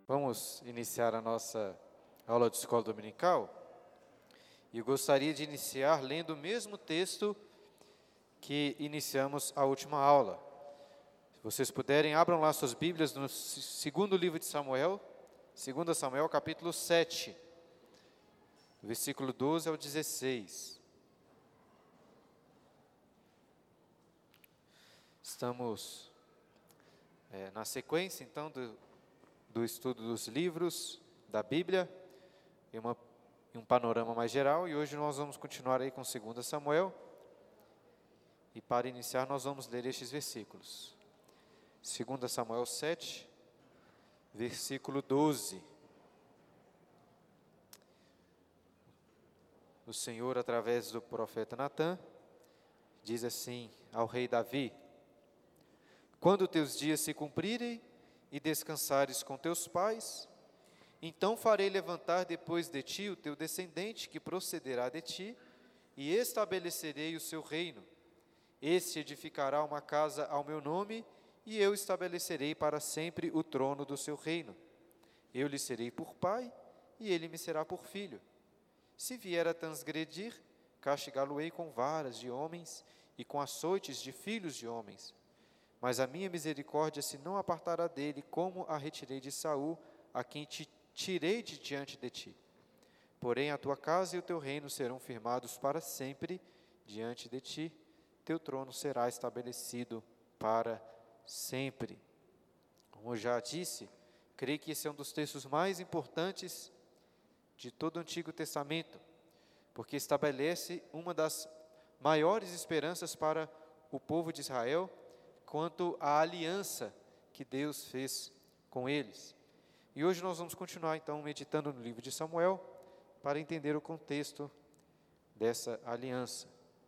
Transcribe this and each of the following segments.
Vamos iniciar a nossa aula de escola dominical. E eu gostaria de iniciar lendo o mesmo texto que iniciamos a última aula. Se vocês puderem, abram lá suas Bíblias no segundo livro de Samuel, 2 Samuel, capítulo 7, do versículo 12 ao 16. Estamos na sequência, então, do estudo dos livros da Bíblia, em um panorama mais geral, e hoje nós vamos continuar aí com 2 Samuel, e para iniciar nós vamos ler estes versículos. 2 Samuel 7, versículo 12. O Senhor, através do profeta Natã, diz assim ao rei Davi: quando teus dias se cumprirem e descansares com teus pais, então farei levantar depois de ti o teu descendente que procederá de ti, e estabelecerei o seu reino. Este edificará uma casa ao meu nome, e eu estabelecerei para sempre o trono do seu reino. Eu lhe serei por pai, e ele me será por filho. Se vier a transgredir, castigá-lo-ei com varas de homens e com açoites de filhos de homens. Mas a minha misericórdia se não apartará dele, como a retirei de Saul, a quem te tirei de diante de ti. Porém, a tua casa e o teu reino serão firmados para sempre diante de ti. Teu trono será estabelecido para sempre. Como eu já disse, creio que esse é um dos textos mais importantes de todo o Antigo Testamento, porque estabelece uma das maiores esperanças para o povo de Israel, quanto à aliança que Deus fez com eles. E hoje nós vamos continuar, então, meditando no livro de Samuel, para entender o contexto dessa aliança.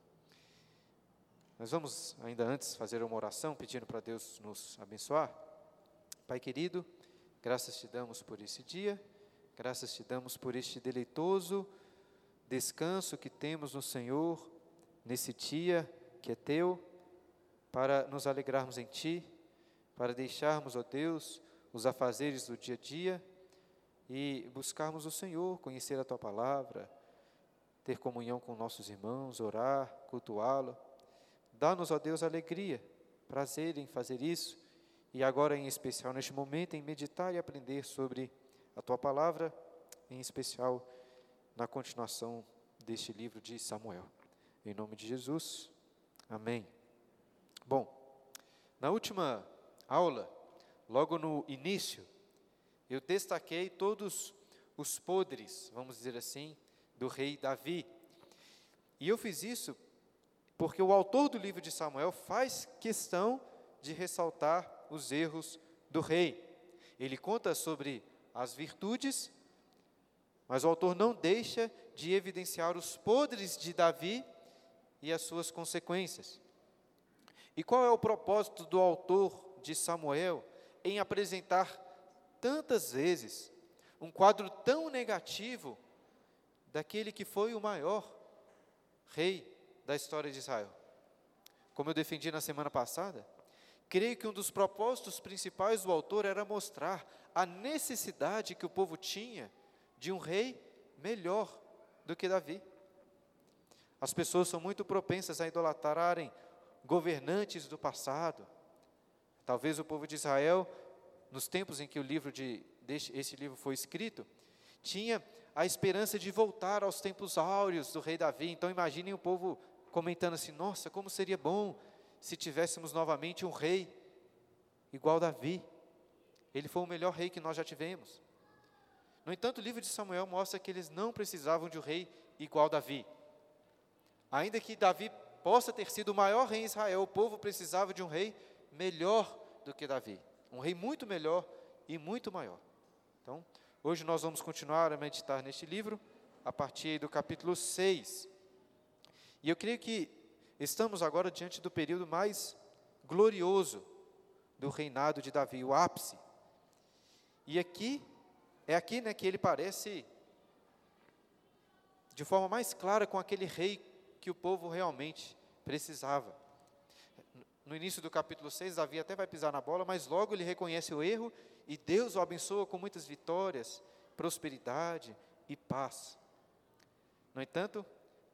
Nós vamos, ainda antes, fazer uma oração, pedindo para Deus nos abençoar. Pai querido, graças te damos por esse dia, graças te damos por este deleitoso descanso que temos no Senhor, nesse dia que é teu, para nos alegrarmos em Ti, para deixarmos, ó Deus, os afazeres do dia a dia e buscarmos o Senhor, conhecer a Tua palavra, ter comunhão com nossos irmãos, orar, cultuá-lo. Dá-nos, ó Deus, alegria, prazer em fazer isso e agora, em especial, neste momento, em meditar e aprender sobre a Tua palavra, em especial na continuação deste livro de Samuel. Em nome de Jesus, amém. Bom, na última aula, logo no início, eu destaquei todos os podres, vamos dizer assim, do rei Davi. E eu fiz isso porque o autor do livro de Samuel faz questão de ressaltar os erros do rei. Ele conta sobre as virtudes, mas o autor não deixa de evidenciar os podres de Davi e as suas consequências. E qual é o propósito do autor de Samuel em apresentar tantas vezes um quadro tão negativo daquele que foi o maior rei da história de Israel? Como eu defendi na semana passada, creio que um dos propósitos principais do autor era mostrar a necessidade que o povo tinha de um rei melhor do que Davi. As pessoas são muito propensas a idolatrarem governantes do passado. Talvez o povo de Israel, nos tempos em que esse livro foi escrito, tinha a esperança de voltar aos tempos áureos do rei Davi. Então imaginem o povo comentando assim: nossa, como seria bom se tivéssemos novamente um rei igual Davi. Ele foi o melhor rei que nós já tivemos. No entanto, o livro de Samuel mostra que eles não precisavam de um rei igual Davi. Ainda que Davi possa ter sido o maior rei em Israel, o povo precisava de um rei melhor do que Davi. Um rei muito melhor e muito maior. Então, hoje nós vamos continuar a meditar neste livro, a partir do capítulo 6. E eu creio que estamos agora diante do período mais glorioso do reinado de Davi, o ápice. E aqui que ele parece, de forma mais clara, com aquele rei que o povo realmente precisava. no início do capítulo 6, Davi até vai pisar na bola, mas logo ele reconhece o erro e Deus o abençoa com muitas vitórias, prosperidade e paz. No entanto,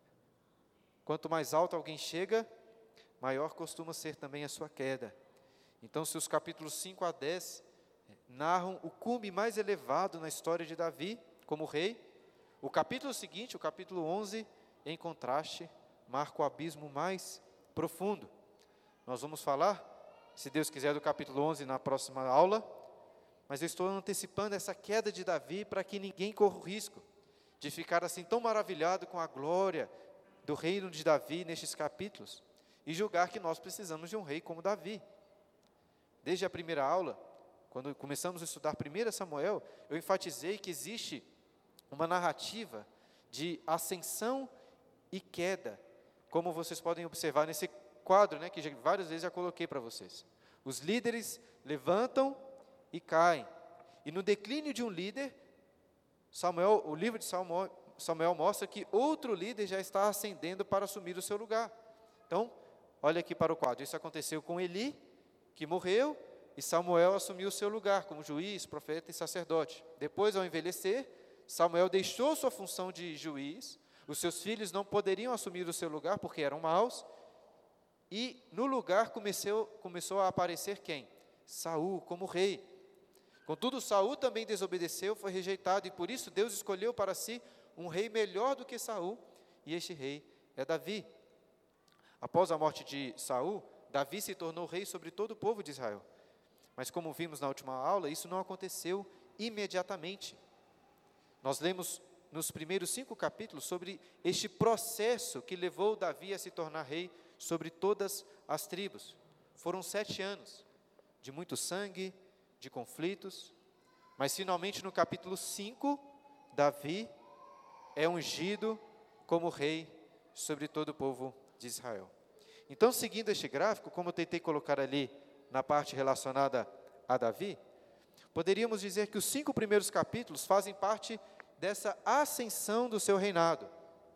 quanto mais alto alguém chega, maior costuma ser também a sua queda. Então, se os capítulos 5 a 10 narram o cume mais elevado na história de Davi como rei, o capítulo seguinte, o capítulo 11, em contraste, marca o abismo mais profundo. Nós vamos falar, se Deus quiser, do capítulo 11 na próxima aula, mas eu estou antecipando essa queda de Davi para que ninguém corra o risco de ficar assim tão maravilhado com a glória do reino de Davi nestes capítulos e julgar que nós precisamos de um rei como Davi. Desde a primeira aula, quando começamos a estudar 1 Samuel, eu enfatizei que existe uma narrativa de ascensão e queda, como vocês podem observar nesse quadro, que várias vezes já coloquei para vocês. Os líderes levantam e caem. E no declínio de um líder, o livro de Samuel mostra que outro líder já está ascendendo para assumir o seu lugar. Então, olha aqui para o quadro. Isso aconteceu com Eli, que morreu, e Samuel assumiu o seu lugar como juiz, profeta e sacerdote. Depois, ao envelhecer, Samuel deixou sua função de juiz, os seus filhos não poderiam assumir o seu lugar porque eram maus, e no lugar começou a aparecer quem? Saul como rei. Contudo, Saul também desobedeceu, foi rejeitado, e por isso Deus escolheu para si um rei melhor do que Saul, e este rei é Davi. Após a morte de Saul, Davi se tornou rei sobre todo o povo de Israel. Mas como vimos na última aula, isso não aconteceu imediatamente. Nós lemos nos primeiros 5 capítulos sobre este processo que levou Davi a se tornar rei sobre todas as tribos. Foram 7 anos de muito sangue, de conflitos, mas finalmente no capítulo 5, Davi é ungido como rei sobre todo o povo de Israel. Então, seguindo este gráfico, como eu tentei colocar ali na parte relacionada a Davi, poderíamos dizer que os 5 primeiros capítulos fazem parte dessa ascensão do seu reinado.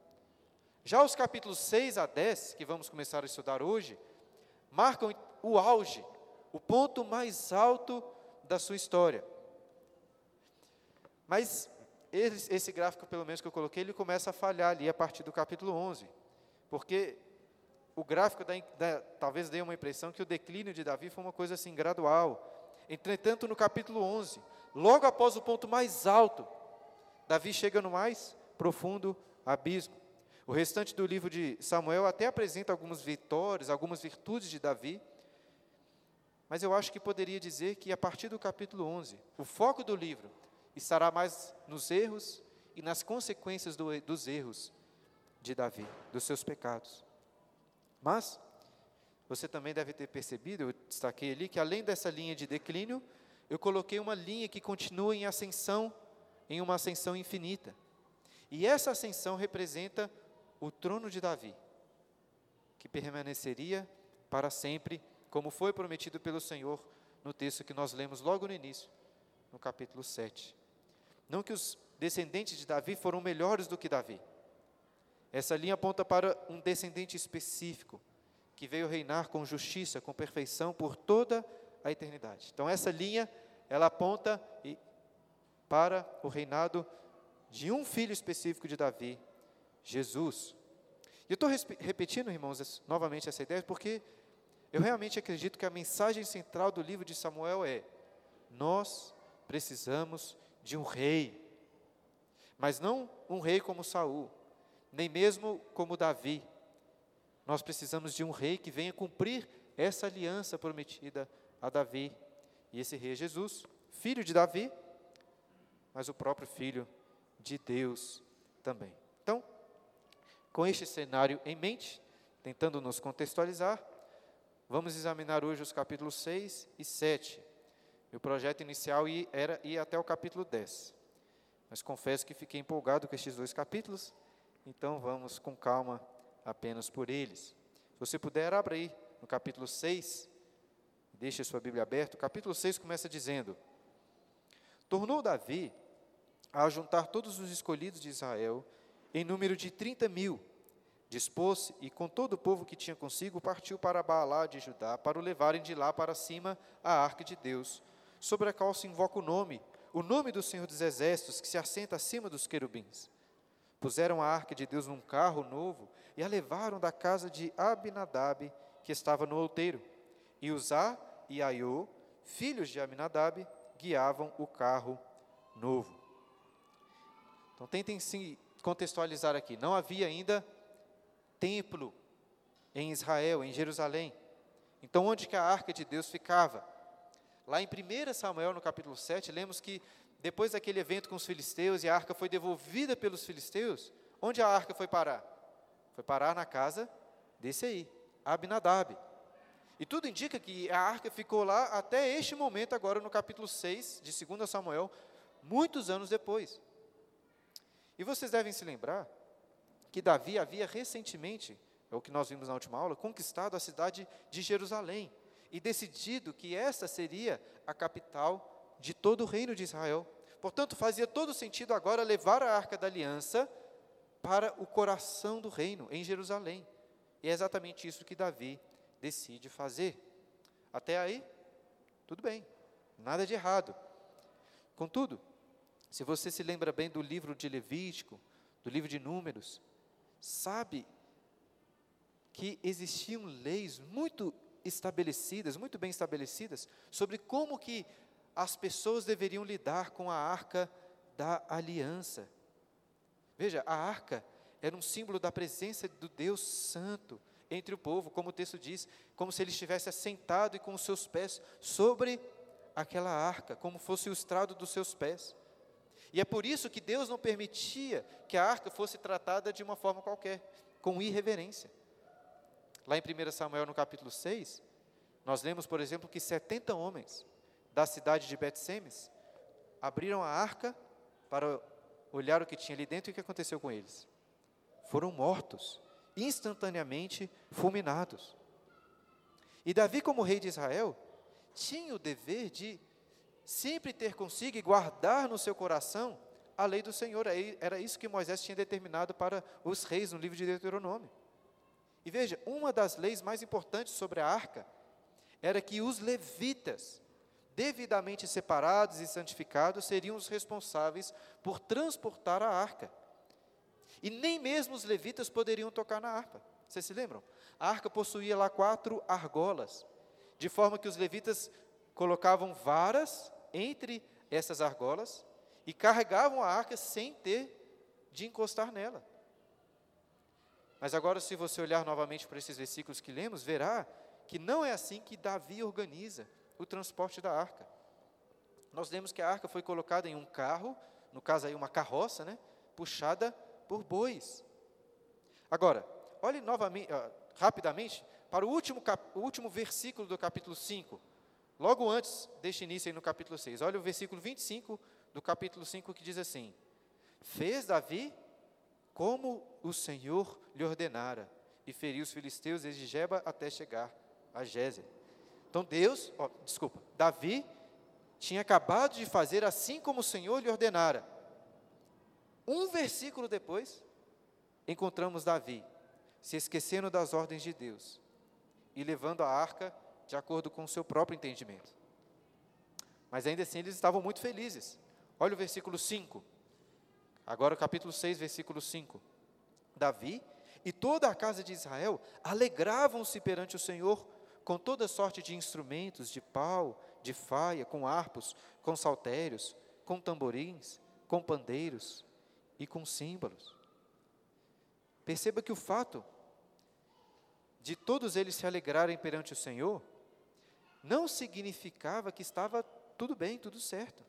Já os capítulos 6 a 10, que vamos começar a estudar hoje, marcam o auge, o ponto mais alto da sua história. Mas esse gráfico, pelo menos que eu coloquei, ele começa a falhar ali a partir do capítulo 11, porque o gráfico talvez dê uma impressão que o declínio de Davi foi uma coisa assim gradual. Entretanto, no capítulo 11, logo após o ponto mais alto, Davi chega no mais profundo abismo. O restante do livro de Samuel até apresenta algumas vitórias, algumas virtudes de Davi, mas eu acho que poderia dizer que a partir do capítulo 11, o foco do livro estará mais nos erros e nas consequências dos erros de Davi, dos seus pecados. Mas você também deve ter percebido, eu destaquei ali, que além dessa linha de declínio, eu coloquei uma linha que continua em ascensão, em uma ascensão infinita. E essa ascensão representa o trono de Davi, que permaneceria para sempre, como foi prometido pelo Senhor no texto que nós lemos logo no início, no capítulo 7. Não que os descendentes de Davi foram melhores do que Davi. Essa linha aponta para um descendente específico, que veio reinar com justiça, com perfeição por toda a eternidade. Então essa linha, ela aponta para o reinado de um filho específico de Davi, Jesus. E eu estou repetindo, irmãos, novamente essa ideia, porque eu realmente acredito que a mensagem central do livro de Samuel é: nós precisamos de um rei, mas não um rei como Saul, nem mesmo como Davi. Nós precisamos de um rei que venha cumprir essa aliança prometida a Davi. E esse rei é Jesus, filho de Davi, mas o próprio Filho de Deus também. Então, com este cenário em mente, tentando nos contextualizar, vamos examinar hoje os capítulos 6 e 7. Meu projeto inicial era ir até o capítulo 10. Mas confesso que fiquei empolgado com estes 2 capítulos, então vamos com calma apenas por eles. Se você puder, abra aí no capítulo 6, deixe a sua Bíblia aberta. O capítulo 6 começa dizendo: tornou Davi a juntar todos os escolhidos de Israel, em número de 30.000, Dispôs-se e com todo o povo que tinha consigo partiu para Baalá de Judá, para o levarem de lá para cima a arca de Deus, sobre a qual se invoca o nome do Senhor dos Exércitos, que se assenta acima dos querubins. Puseram a arca de Deus num carro novo e a levaram da casa de Abinadab, que estava no outeiro. E Uzá e Aiô, filhos de Aminadab, guiavam o carro novo. Então tentem se contextualizar aqui. Não havia ainda templo em Israel, em Jerusalém. Então onde que a arca de Deus ficava? Lá em 1 Samuel, no capítulo 7, lemos que depois daquele evento com os filisteus e a arca foi devolvida pelos filisteus, onde a arca foi parar? Foi parar na casa desse aí, Abinadab. E tudo indica que a arca ficou lá até este momento, agora no capítulo 6 de 2 Samuel, muitos anos depois. E vocês devem se lembrar que Davi havia recentemente, é o que nós vimos na última aula, conquistado a cidade de Jerusalém e decidido que essa seria a capital de todo o reino de Israel. Portanto, fazia todo sentido agora levar a Arca da Aliança para o coração do reino, em Jerusalém. E é exatamente isso que Davi decide fazer. Até aí, tudo bem, nada de errado. Contudo, se você se lembra bem do livro de Levítico, do livro de Números, sabe que existiam leis muito estabelecidas, muito bem estabelecidas, sobre como que as pessoas deveriam lidar com a Arca da Aliança. Veja, a arca era um símbolo da presença do Deus Santo entre o povo, como o texto diz, como se ele estivesse assentado e com os seus pés sobre aquela arca, como fosse o estrado dos seus pés. E é por isso que Deus não permitia que a arca fosse tratada de uma forma qualquer, com irreverência. Lá em 1 Samuel, no capítulo 6, nós lemos, por exemplo, que 70 homens da cidade de Bet-Semes abriram a arca para olhar o que tinha ali dentro e o que aconteceu com eles. Foram mortos, instantaneamente fulminados. E Davi, como rei de Israel, tinha o dever de sempre ter consigo e guardar no seu coração a lei do Senhor. Era isso que Moisés tinha determinado para os reis no livro de Deuteronômio. E veja, uma das leis mais importantes sobre a arca era que os levitas, devidamente separados e santificados, seriam os responsáveis por transportar a arca. E nem mesmo os levitas poderiam tocar na harpa. Vocês se lembram? A arca possuía lá 4 argolas, de forma que os levitas colocavam varas entre essas argolas e carregavam a arca sem ter de encostar nela. Mas agora, se você olhar novamente para esses versículos que lemos, verá que não é assim que Davi organiza o transporte da arca. Nós lemos que a arca foi colocada em um carro, no caso aí uma carroça, puxada por bois. Agora, olhe novamente, rapidamente, para o último versículo do capítulo 5, logo antes deste início aí no capítulo 6. Olha o versículo 25 do capítulo 5, que diz assim: fez Davi como o Senhor lhe ordenara, e feriu os filisteus desde Geba até chegar a Gézer. Então Davi tinha acabado de fazer assim como o Senhor lhe ordenara. Um versículo depois, encontramos Davi se esquecendo das ordens de Deus e levando a arca de acordo com o seu próprio entendimento. Mas ainda assim eles estavam muito felizes. Olha o versículo 5. Agora o capítulo 6, versículo 5. Davi e toda a casa de Israel alegravam-se perante o Senhor com toda sorte de instrumentos, de pau, de faia, com harpos, com saltérios, com tamborins, com pandeiros e com símbolos. Perceba que o fato de todos eles se alegrarem perante o Senhor não significava que estava tudo bem, tudo certo.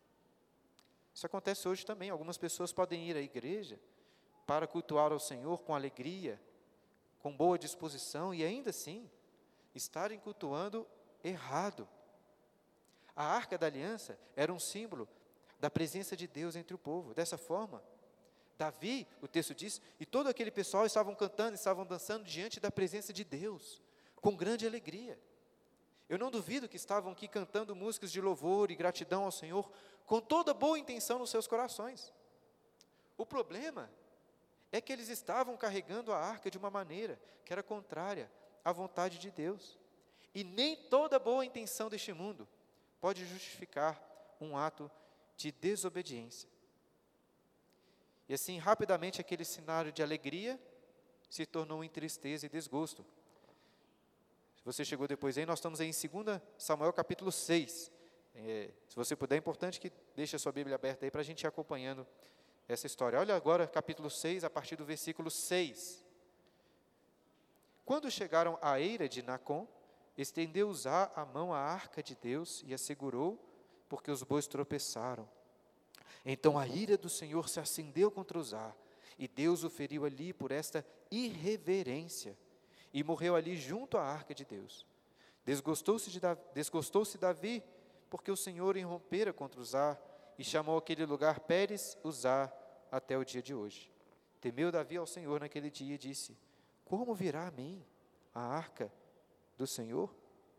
Isso acontece hoje também. Algumas pessoas podem ir à igreja para cultuar ao Senhor com alegria, com boa disposição, e ainda assim estarem cultuando errado. A Arca da Aliança era um símbolo da presença de Deus entre o povo. Dessa forma, Davi, o texto diz, e todo aquele pessoal estavam cantando, estavam dançando diante da presença de Deus, com grande alegria. Eu não duvido que estavam aqui cantando músicas de louvor e gratidão ao Senhor, com toda boa intenção nos seus corações. O problema é que eles estavam carregando a arca de uma maneira que era contrária à vontade de Deus. E nem toda boa intenção deste mundo pode justificar um ato de desobediência. E assim, rapidamente, aquele cenário de alegria se tornou em tristeza e desgosto. Se você chegou depois aí, nós estamos aí em 2 Samuel capítulo 6. Se você puder, é importante que deixe a sua Bíblia aberta aí para a gente ir acompanhando essa história. Olha agora capítulo 6, a partir do versículo 6. Quando chegaram à eira de Nacon, estendeu Uzá a mão à arca de Deus e a segurou, porque os bois tropeçaram. Então a ira do Senhor se acendeu contra Uzá, e Deus o feriu ali por esta irreverência, e morreu ali junto à arca de Deus. Desgostou-se Davi, porque o Senhor irrompera contra Uzá, e chamou aquele lugar Pérez Uzá até o dia de hoje. Temeu Davi ao Senhor naquele dia e disse: como virá a mim a arca do Senhor?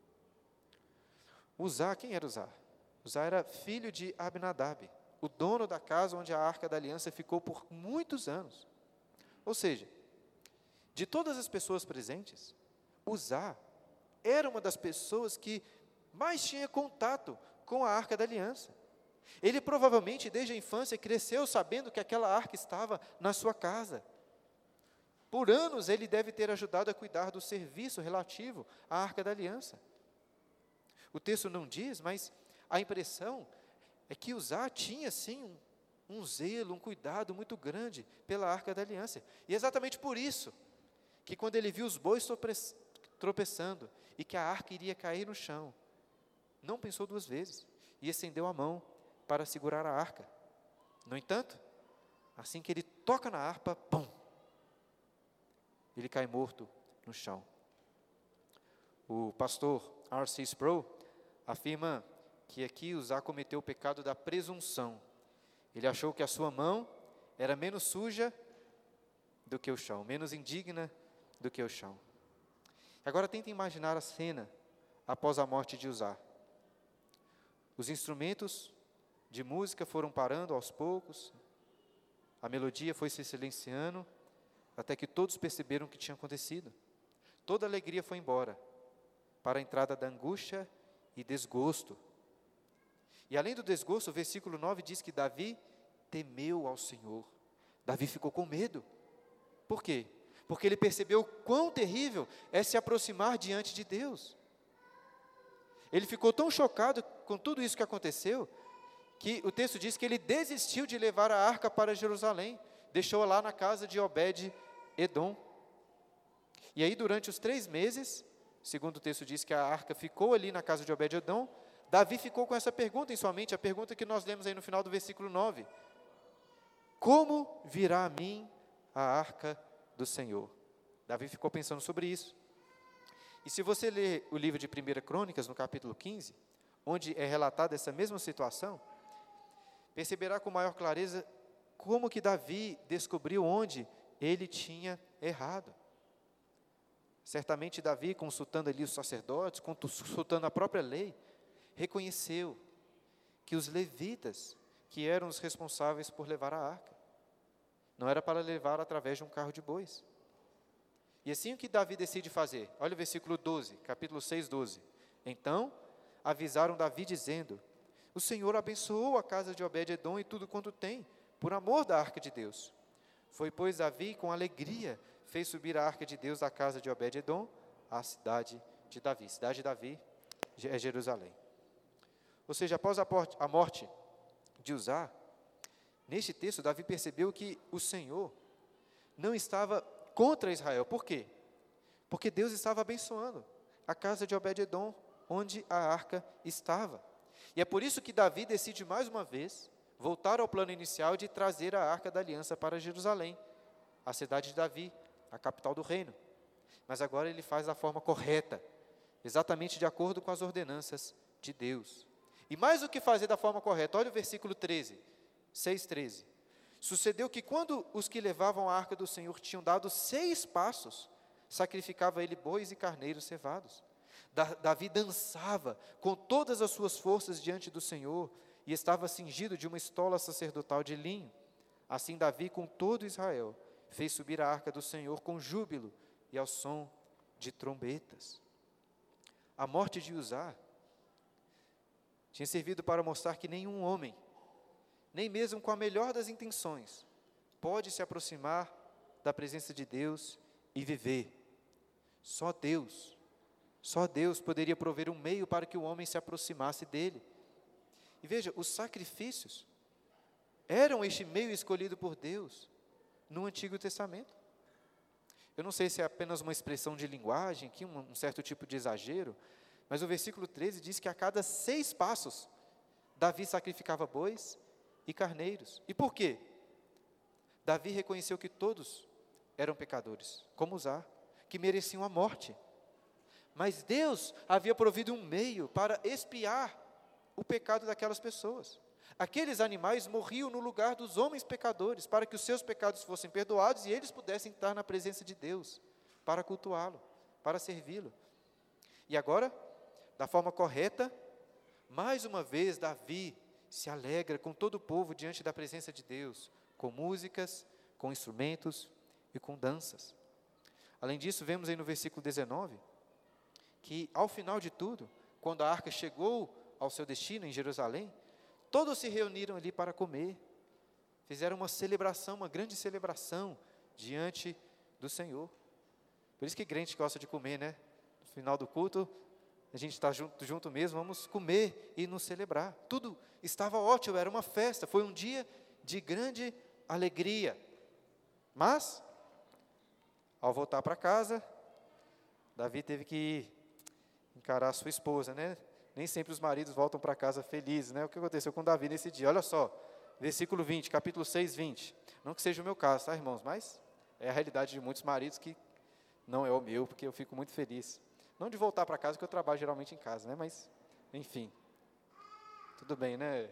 Uzá, quem era Uzá? Uzá era filho de Abinadab, o dono da casa onde a arca da aliança ficou por muitos anos. Ou seja, de todas as pessoas presentes, Uzá era uma das pessoas que mais tinha contato com a arca da aliança. Ele provavelmente, desde a infância, cresceu sabendo que aquela arca estava na sua casa. Por anos, ele deve ter ajudado a cuidar do serviço relativo à arca da aliança. O texto não diz, mas a impressão é que Uzá tinha, sim, um zelo, um cuidado muito grande pela arca da aliança. E é exatamente por isso que quando ele viu os bois tropeçando e que a arca iria cair no chão, não pensou duas vezes e estendeu a mão para segurar a arca. No entanto, assim que ele toca na harpa, pum! Ele cai morto no chão. O pastor R.C. Sproul afirma que aqui Uzá cometeu o pecado da presunção. Ele achou que a sua mão era menos suja do que o chão, menos indigna do que o chão. Agora tenta imaginar a cena após a morte de Uzá. Os instrumentos de música foram parando aos poucos, a melodia foi se silenciando, até que todos perceberam o que tinha acontecido. Toda a alegria foi embora, para a entrada da angústia e desgosto. E além do desgosto, o versículo 9 diz que Davi temeu ao Senhor. Davi ficou com medo. Por quê? Porque ele percebeu quão terrível é se aproximar diante de Deus. Ele ficou tão chocado com tudo isso que aconteceu, que o texto diz que ele desistiu de levar a arca para Jerusalém, deixou-a lá na casa de Obed-Edom. E aí, durante os 3 meses, segundo o texto diz que a arca ficou ali na casa de Obed-Edom, Davi ficou com essa pergunta em sua mente, a pergunta que nós lemos aí no final do versículo 9. Como virá a mim a arca do Senhor? Davi ficou pensando sobre isso. E se você ler o livro de 1 Crônicas, no capítulo 15, onde é relatada essa mesma situação, perceberá com maior clareza como que Davi descobriu onde ele tinha errado. Certamente Davi, consultando ali os sacerdotes, consultando a própria lei, reconheceu que os levitas, que eram os responsáveis por levar a arca, não era para levar através de um carro de bois. E assim o que Davi decide fazer? Olha o versículo 12, capítulo 6, 12. Então, avisaram Davi dizendo: o Senhor abençoou a casa de Obed-Edom e tudo quanto tem, por amor da arca de Deus. Foi, pois, Davi, com alegria, fez subir a arca de Deus da casa de Obed-Edom à cidade de Davi. Cidade de Davi é Jerusalém. Ou seja, após a morte de Uzá, neste texto, Davi percebeu que o Senhor não estava contra Israel. Por quê? Porque Deus estava abençoando a casa de Obed-Edom, onde a arca estava. E é por isso que Davi decide mais uma vez voltar ao plano inicial de trazer a arca da aliança para Jerusalém, a cidade de Davi, a capital do reino. Mas agora ele faz da forma correta, exatamente de acordo com as ordenanças de Deus. E mais do que fazer da forma correta, olha o versículo 13, 6:13. Sucedeu que quando os que levavam a arca do Senhor tinham dado 6 passos, sacrificava ele bois e carneiros cevados. Davi dançava com todas as suas forças diante do Senhor e estava cingido de uma estola sacerdotal de linho. Assim Davi, com todo Israel, fez subir a arca do Senhor com júbilo e ao som de trombetas. A morte de Uzá tinha servido para mostrar que nenhum homem, nem mesmo com a melhor das intenções, pode se aproximar da presença de Deus e viver. Só Deus poderia prover um meio para que o homem se aproximasse dele. E veja, os sacrifícios eram este meio escolhido por Deus no Antigo Testamento. Eu não sei se é apenas uma expressão de linguagem, aqui um certo tipo de exagero, mas o versículo 13 diz que a cada 6 passos, Davi sacrificava bois e carneiros. E por quê? Davi reconheceu que todos eram pecadores, como Uzá, que mereciam a morte. Mas Deus havia provido um meio para expiar o pecado daquelas pessoas. Aqueles animais morriam no lugar dos homens pecadores, para que os seus pecados fossem perdoados e eles pudessem estar na presença de Deus, para cultuá-lo, para servi-lo. E agora, da forma correta, mais uma vez Davi se alegra com todo o povo diante da presença de Deus, com músicas, com instrumentos e com danças. Além disso, vemos aí no versículo 19, que ao final de tudo, quando a arca chegou ao seu destino em Jerusalém, todos se reuniram ali para comer, fizeram uma celebração, uma grande celebração diante do Senhor. Por isso que crente gosta de comer, né? No final do culto, a gente está junto mesmo, vamos comer e nos celebrar. Tudo estava ótimo, era uma festa, foi um dia de grande alegria. Mas, ao voltar para casa, Davi teve que encarar a sua esposa, né? Nem sempre os maridos voltam para casa felizes, né? O que aconteceu com Davi nesse dia? Olha só, versículo 20, capítulo 6, 20. Não que seja o meu caso, tá, irmãos? Mas é a realidade de muitos maridos que não é o meu, porque eu fico muito feliz. Não de voltar para casa, porque eu trabalho geralmente em casa, né? Mas, enfim, tudo bem, né?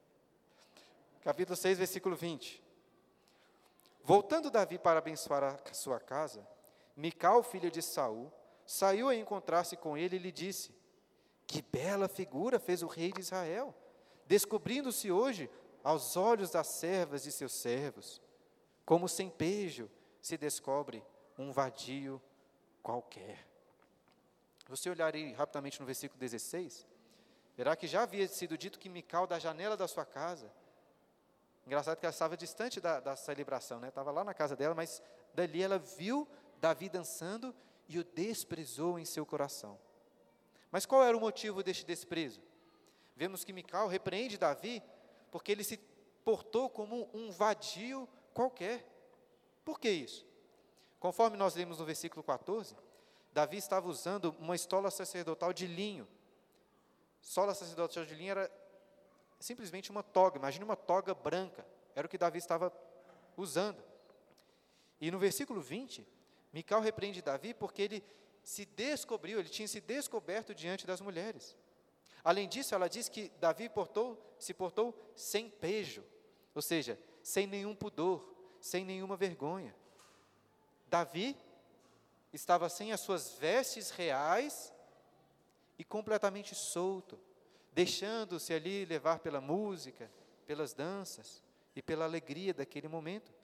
Capítulo 6, versículo 20. Voltando Davi para abençoar a sua casa, Mical, filha de Saul, saiu a encontrar-se com ele e lhe disse: que bela figura fez o rei de Israel, descobrindo-se hoje aos olhos das servas de seus servos, como sem pejo se descobre um vadio qualquer. Você olhar aí rapidamente no versículo 16, verá que já havia sido dito que Mical, da janela da sua casa, engraçado que ela estava distante da celebração, né? Estava lá na casa dela, mas dali ela viu Davi dançando e o desprezou em seu coração. Mas qual era o motivo deste desprezo? Vemos que Mical repreende Davi porque ele se portou como um vadio qualquer. Por que isso? Conforme nós lemos no versículo 14, Davi estava usando uma estola sacerdotal de linho. Estola sacerdotal de linho era simplesmente uma toga, imagine uma toga branca, era o que Davi estava usando. E no versículo 20, Mical repreende Davi porque ele tinha se descoberto diante das mulheres. Além disso, ela diz que Davi se portou sem pejo, ou seja, sem nenhum pudor, sem nenhuma vergonha. Davi estava sem as suas vestes reais e completamente solto, deixando-se ali levar pela música, pelas danças e pela alegria daquele momento.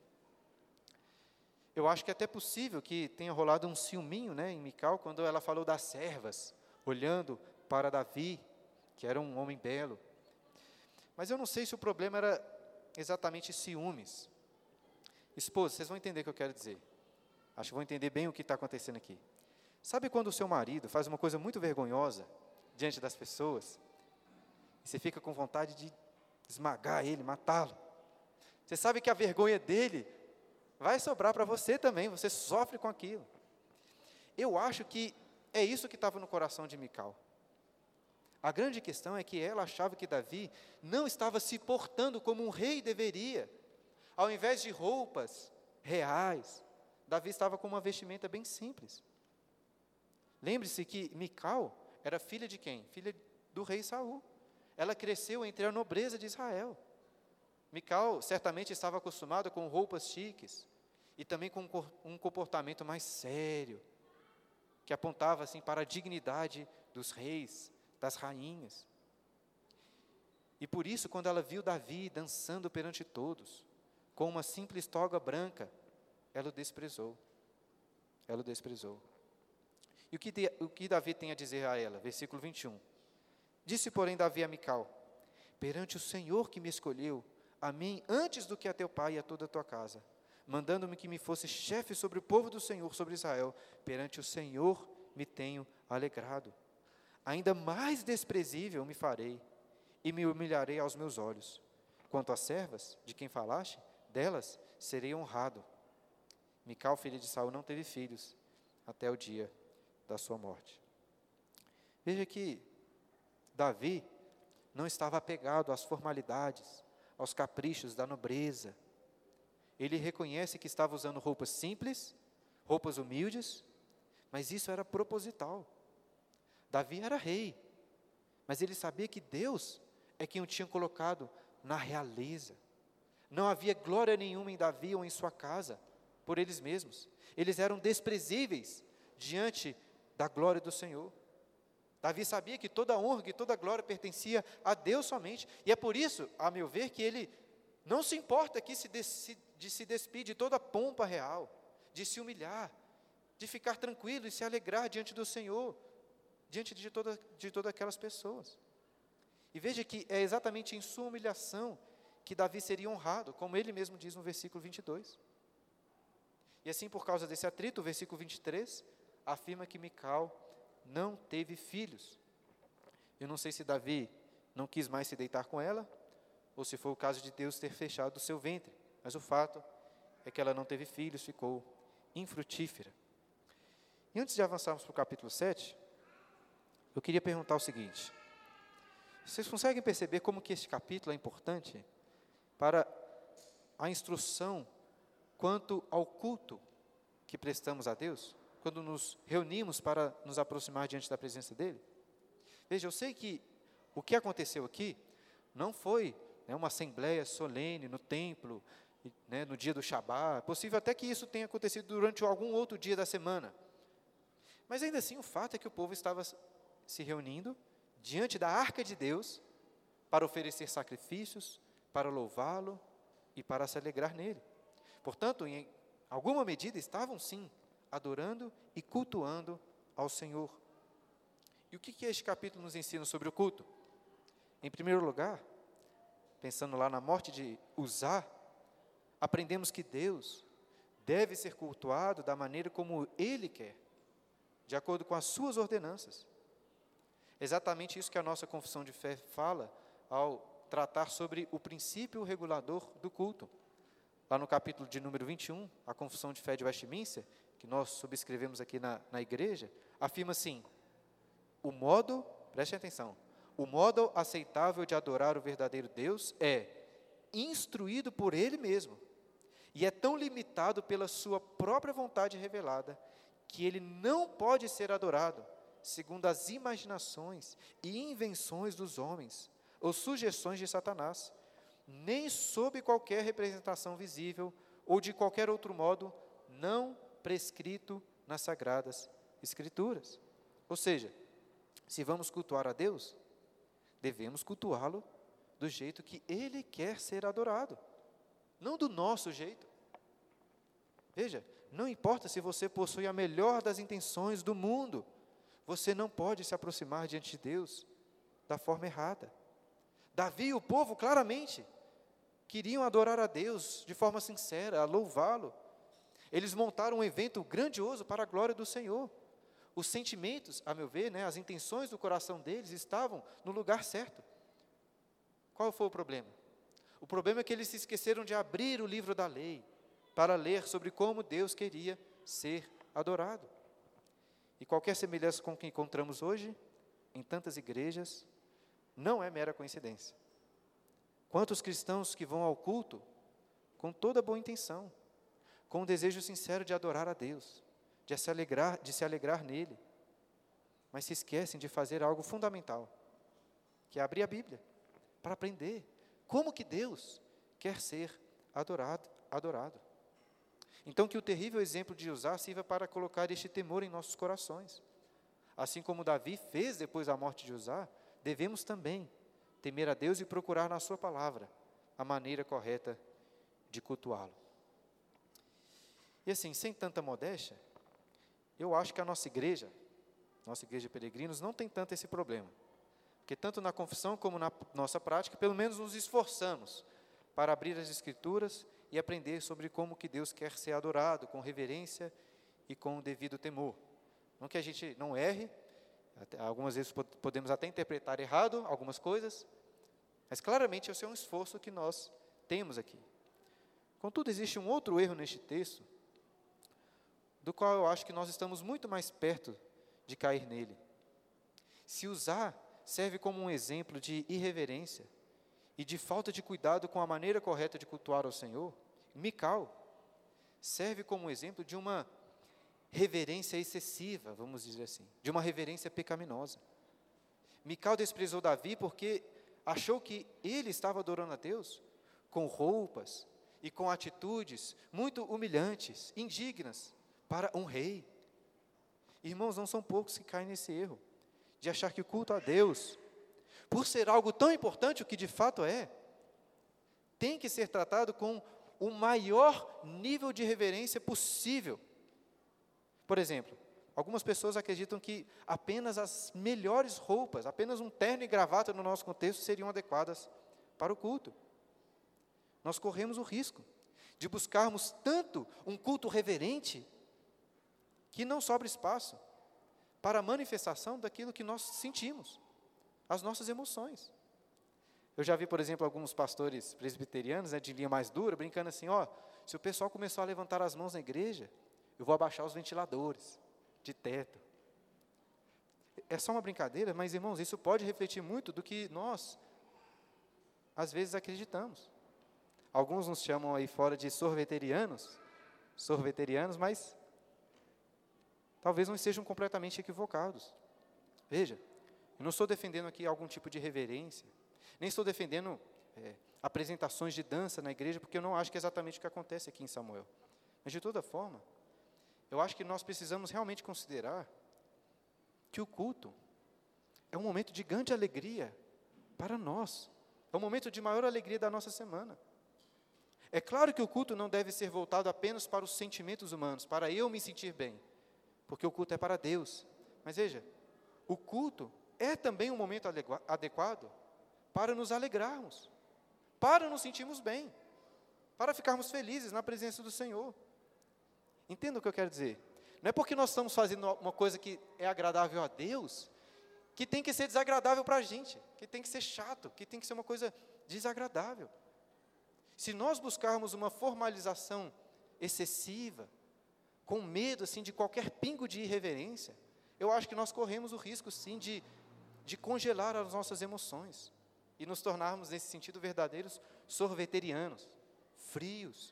Eu acho que é até possível que tenha rolado um ciúminho, né, em Mical, quando ela falou das servas, olhando para Davi, que era um homem belo. Mas eu não sei se o problema era exatamente ciúmes. Esposa, vocês vão entender o que eu quero dizer. Acho que vão entender bem o que está acontecendo aqui. Sabe quando o seu marido faz uma coisa muito vergonhosa diante das pessoas, e você fica com vontade de esmagar ele, matá-lo? Você sabe que a vergonha dele vai sobrar para você também, você sofre com aquilo. Eu acho que é isso que estava no coração de Mical. A grande questão é que ela achava que Davi não estava se portando como um rei deveria. Ao invés de roupas reais, Davi estava com uma vestimenta bem simples. Lembre-se que Mical era filha de quem? Filha do rei Saul. Ela cresceu entre a nobreza de Israel. Mical certamente estava acostumada com roupas chiques e também com um comportamento mais sério, que apontava assim para a dignidade dos reis, das rainhas. E por isso, quando ela viu Davi dançando perante todos, com uma simples toga branca, ela o desprezou. Ela o desprezou. E o que Davi tem a dizer a ela? Versículo 21. Disse, porém, Davi a Mical: perante o Senhor que me escolheu, a mim, antes do que a teu pai e a toda a tua casa, mandando-me que me fosse chefe sobre o povo do Senhor, sobre Israel, perante o Senhor me tenho alegrado. Ainda mais desprezível me farei, e me humilharei aos meus olhos. Quanto às servas, de quem falaste, delas serei honrado. Mical, filha de Saul, não teve filhos, até o dia da sua morte. Veja que Davi não estava apegado às formalidades, aos caprichos da nobreza. Ele reconhece que estava usando roupas simples, roupas humildes, mas isso era proposital. Davi era rei, mas ele sabia que Deus é quem o tinha colocado na realeza. Não havia glória nenhuma em Davi ou em sua casa, por eles mesmos. Eles eram desprezíveis diante da glória do Senhor. Davi sabia que toda a honra, que toda a glória pertencia a Deus somente, e é por isso, a meu ver, que ele não se importa aqui de se despir de toda a pompa real, de se humilhar, de ficar tranquilo e se alegrar diante do Senhor, diante de todas aquelas pessoas. E veja que é exatamente em sua humilhação que Davi seria honrado, como ele mesmo diz no versículo 22. E assim, por causa desse atrito, o versículo 23 afirma que Mical não teve filhos. Eu não sei se Davi não quis mais se deitar com ela, ou se foi o caso de Deus ter fechado o seu ventre, mas o fato é que ela não teve filhos, ficou infrutífera. E antes de avançarmos para o capítulo 7, eu queria perguntar o seguinte: vocês conseguem perceber como que este capítulo é importante para a instrução quanto ao culto que prestamos a Deus, quando nos reunimos para nos aproximar diante da presença dEle? Veja, eu sei que o que aconteceu aqui não foi uma assembleia solene no templo, no dia do Shabá. É possível até que isso tenha acontecido durante algum outro dia da semana. Mas ainda assim, o fato é que o povo estava se reunindo diante da arca de Deus para oferecer sacrifícios, para louvá-lo e para se alegrar nele. Portanto, em alguma medida, estavam sim adorando e cultuando ao Senhor. E o que este capítulo nos ensina sobre o culto? Em primeiro lugar, pensando lá na morte de Uzá, aprendemos que Deus deve ser cultuado da maneira como Ele quer, de acordo com as suas ordenanças. Exatamente isso que a nossa confissão de fé fala ao tratar sobre o princípio regulador do culto. Lá no capítulo de número 21, a confissão de fé de Westminster, que nós subscrevemos aqui na igreja, afirma assim: preste atenção, o modo aceitável de adorar o verdadeiro Deus é instruído por Ele mesmo, e é tão limitado pela sua própria vontade revelada, que Ele não pode ser adorado segundo as imaginações e invenções dos homens, ou sugestões de Satanás, nem sob qualquer representação visível, ou de qualquer outro modo não prescrito nas Sagradas Escrituras. Ou seja, se vamos cultuar a Deus, devemos cultuá-lo do jeito que Ele quer ser adorado, não do nosso jeito. Veja, não importa se você possui a melhor das intenções do mundo, você não pode se aproximar diante de Deus da forma errada. Davi e o povo claramente queriam adorar a Deus de forma sincera, a louvá-lo. Eles montaram um evento grandioso para a glória do Senhor. Os sentimentos, a meu ver, as intenções do coração deles estavam no lugar certo. Qual foi o problema? O problema é que eles se esqueceram de abrir o livro da lei para ler sobre como Deus queria ser adorado. E qualquer semelhança com o que encontramos hoje, em tantas igrejas, não é mera coincidência. Quantos cristãos que vão ao culto com toda boa intenção, com um desejo sincero de adorar a Deus, de se alegrar nele, mas se esquecem de fazer algo fundamental, que é abrir a Bíblia, para aprender como que Deus quer ser adorado. Então, que o terrível exemplo de Uzá sirva para colocar este temor em nossos corações. Assim como Davi fez depois da morte de Uzá, devemos também temer a Deus e procurar na sua palavra a maneira correta de cultuá-lo. E assim, sem tanta modéstia, eu acho que a nossa igreja de peregrinos, não tem tanto esse problema. Porque tanto na confissão como na nossa prática, pelo menos nos esforçamos para abrir as Escrituras e aprender sobre como que Deus quer ser adorado, com reverência e com o devido temor. Não que a gente não erre, algumas vezes podemos até interpretar errado algumas coisas, mas claramente esse é um esforço que nós temos aqui. Contudo, existe um outro erro neste texto, do qual eu acho que nós estamos muito mais perto de cair nele. Se usar serve como um exemplo de irreverência e de falta de cuidado com a maneira correta de cultuar ao Senhor, Mical serve como um exemplo de uma reverência excessiva, vamos dizer assim, de uma reverência pecaminosa. Mical desprezou Davi porque achou que ele estava adorando a Deus com roupas e com atitudes muito humilhantes, indignas para um rei. Irmãos, não são poucos que caem nesse erro, de achar que o culto a Deus, por ser algo tão importante, o que de fato é, tem que ser tratado com o maior nível de reverência possível. Por exemplo, algumas pessoas acreditam que apenas as melhores roupas, apenas um terno e gravata no nosso contexto seriam adequadas para o culto. Nós corremos o risco de buscarmos tanto um culto reverente, que não sobra espaço para a manifestação daquilo que nós sentimos, as nossas emoções. Eu já vi, por exemplo, alguns pastores presbiterianos, de linha mais dura, brincando assim, se o pessoal começar a levantar as mãos na igreja, eu vou abaixar os ventiladores de teto. É só uma brincadeira, mas, irmãos, isso pode refletir muito do que nós, às vezes, acreditamos. Alguns nos chamam aí fora de sorveterianos, mas talvez não estejam completamente equivocados. Veja, eu não estou defendendo aqui algum tipo de reverência, nem estou defendendo apresentações de dança na igreja, porque eu não acho que é exatamente o que acontece aqui em Samuel. Mas, de toda forma, eu acho que nós precisamos realmente considerar que o culto é um momento de grande alegria para nós, é um momento de maior alegria da nossa semana. É claro que o culto não deve ser voltado apenas para os sentimentos humanos, para eu me sentir bem, porque o culto é para Deus. Mas veja, o culto é também um momento adequado para nos alegrarmos, para nos sentirmos bem, para ficarmos felizes na presença do Senhor. Entenda o que eu quero dizer? Não é porque nós estamos fazendo uma coisa que é agradável a Deus, que tem que ser desagradável para a gente, que tem que ser chato, que tem que ser uma coisa desagradável. Se nós buscarmos uma formalização excessiva, com medo assim, de qualquer pingo de irreverência, eu acho que nós corremos o risco, sim, de congelar as nossas emoções e nos tornarmos, nesse sentido, verdadeiros sorveterianos, frios.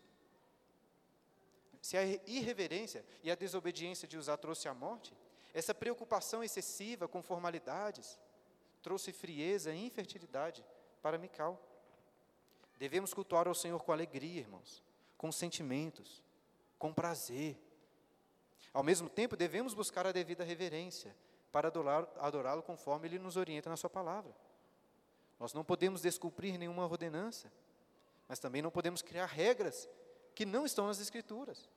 Se a irreverência e a desobediência de Uzá trouxe a morte, essa preocupação excessiva com formalidades trouxe frieza e infertilidade para Mical. Devemos cultuar ao Senhor com alegria, irmãos, com sentimentos, com prazer. Ao mesmo tempo, devemos buscar a devida reverência para adorá-lo conforme Ele nos orienta na sua palavra. Nós não podemos descumprir nenhuma ordenança, mas também não podemos criar regras que não estão nas Escrituras.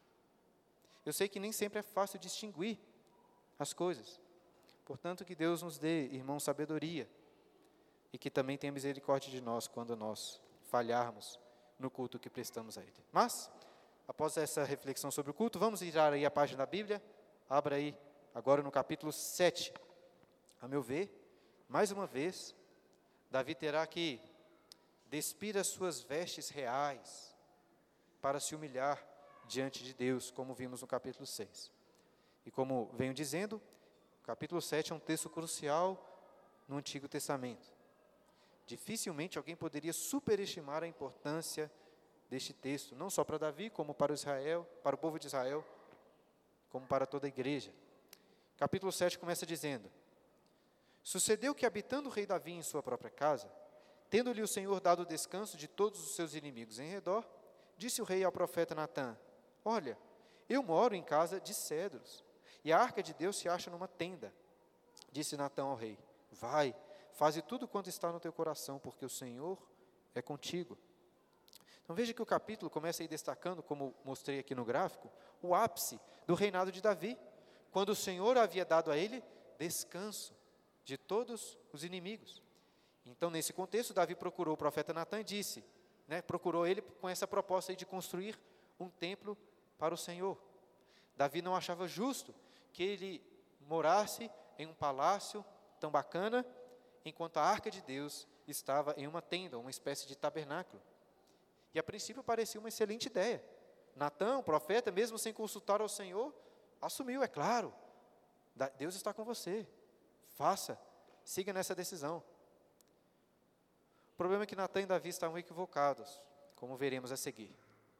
Eu sei que nem sempre é fácil distinguir as coisas. Portanto, que Deus nos dê, irmãos, sabedoria e que também tenha misericórdia de nós quando nós falharmos no culto que prestamos a Ele. Mas, após essa reflexão sobre o culto, vamos virar aí a página da Bíblia. Abra aí, agora no capítulo 7. A meu ver, mais uma vez, Davi terá que despir as suas vestes reais para se humilhar diante de Deus, como vimos no capítulo 6. E como venho dizendo, o capítulo 7 é um texto crucial no Antigo Testamento. Dificilmente alguém poderia superestimar a importância deste texto, não só para Davi, como para o povo de Israel, como para toda a igreja. Capítulo 7 começa dizendo: Sucedeu que, habitando o rei Davi em sua própria casa, tendo-lhe o Senhor dado descanso de todos os seus inimigos em redor, disse o rei ao profeta Natã: Olha, eu moro em casa de cedros, e a arca de Deus se acha numa tenda. Disse Natã ao rei: Vai, faze tudo quanto está no teu coração, porque o Senhor é contigo. Então veja que o capítulo começa aí destacando, como mostrei aqui no gráfico, o ápice do reinado de Davi, quando o Senhor havia dado a ele descanso de todos os inimigos. Então, nesse contexto, Davi procurou o profeta Natã e disse, procurou ele com essa proposta aí de construir um templo para o Senhor. Davi não achava justo que ele morasse em um palácio tão bacana, enquanto a arca de Deus estava em uma tenda, uma espécie de tabernáculo. E a princípio parecia uma excelente ideia. Natã, o profeta, mesmo sem consultar ao Senhor, assumiu, é claro, Deus está com você, faça, siga nessa decisão. O problema é que Natã e Davi estavam equivocados, como veremos a seguir.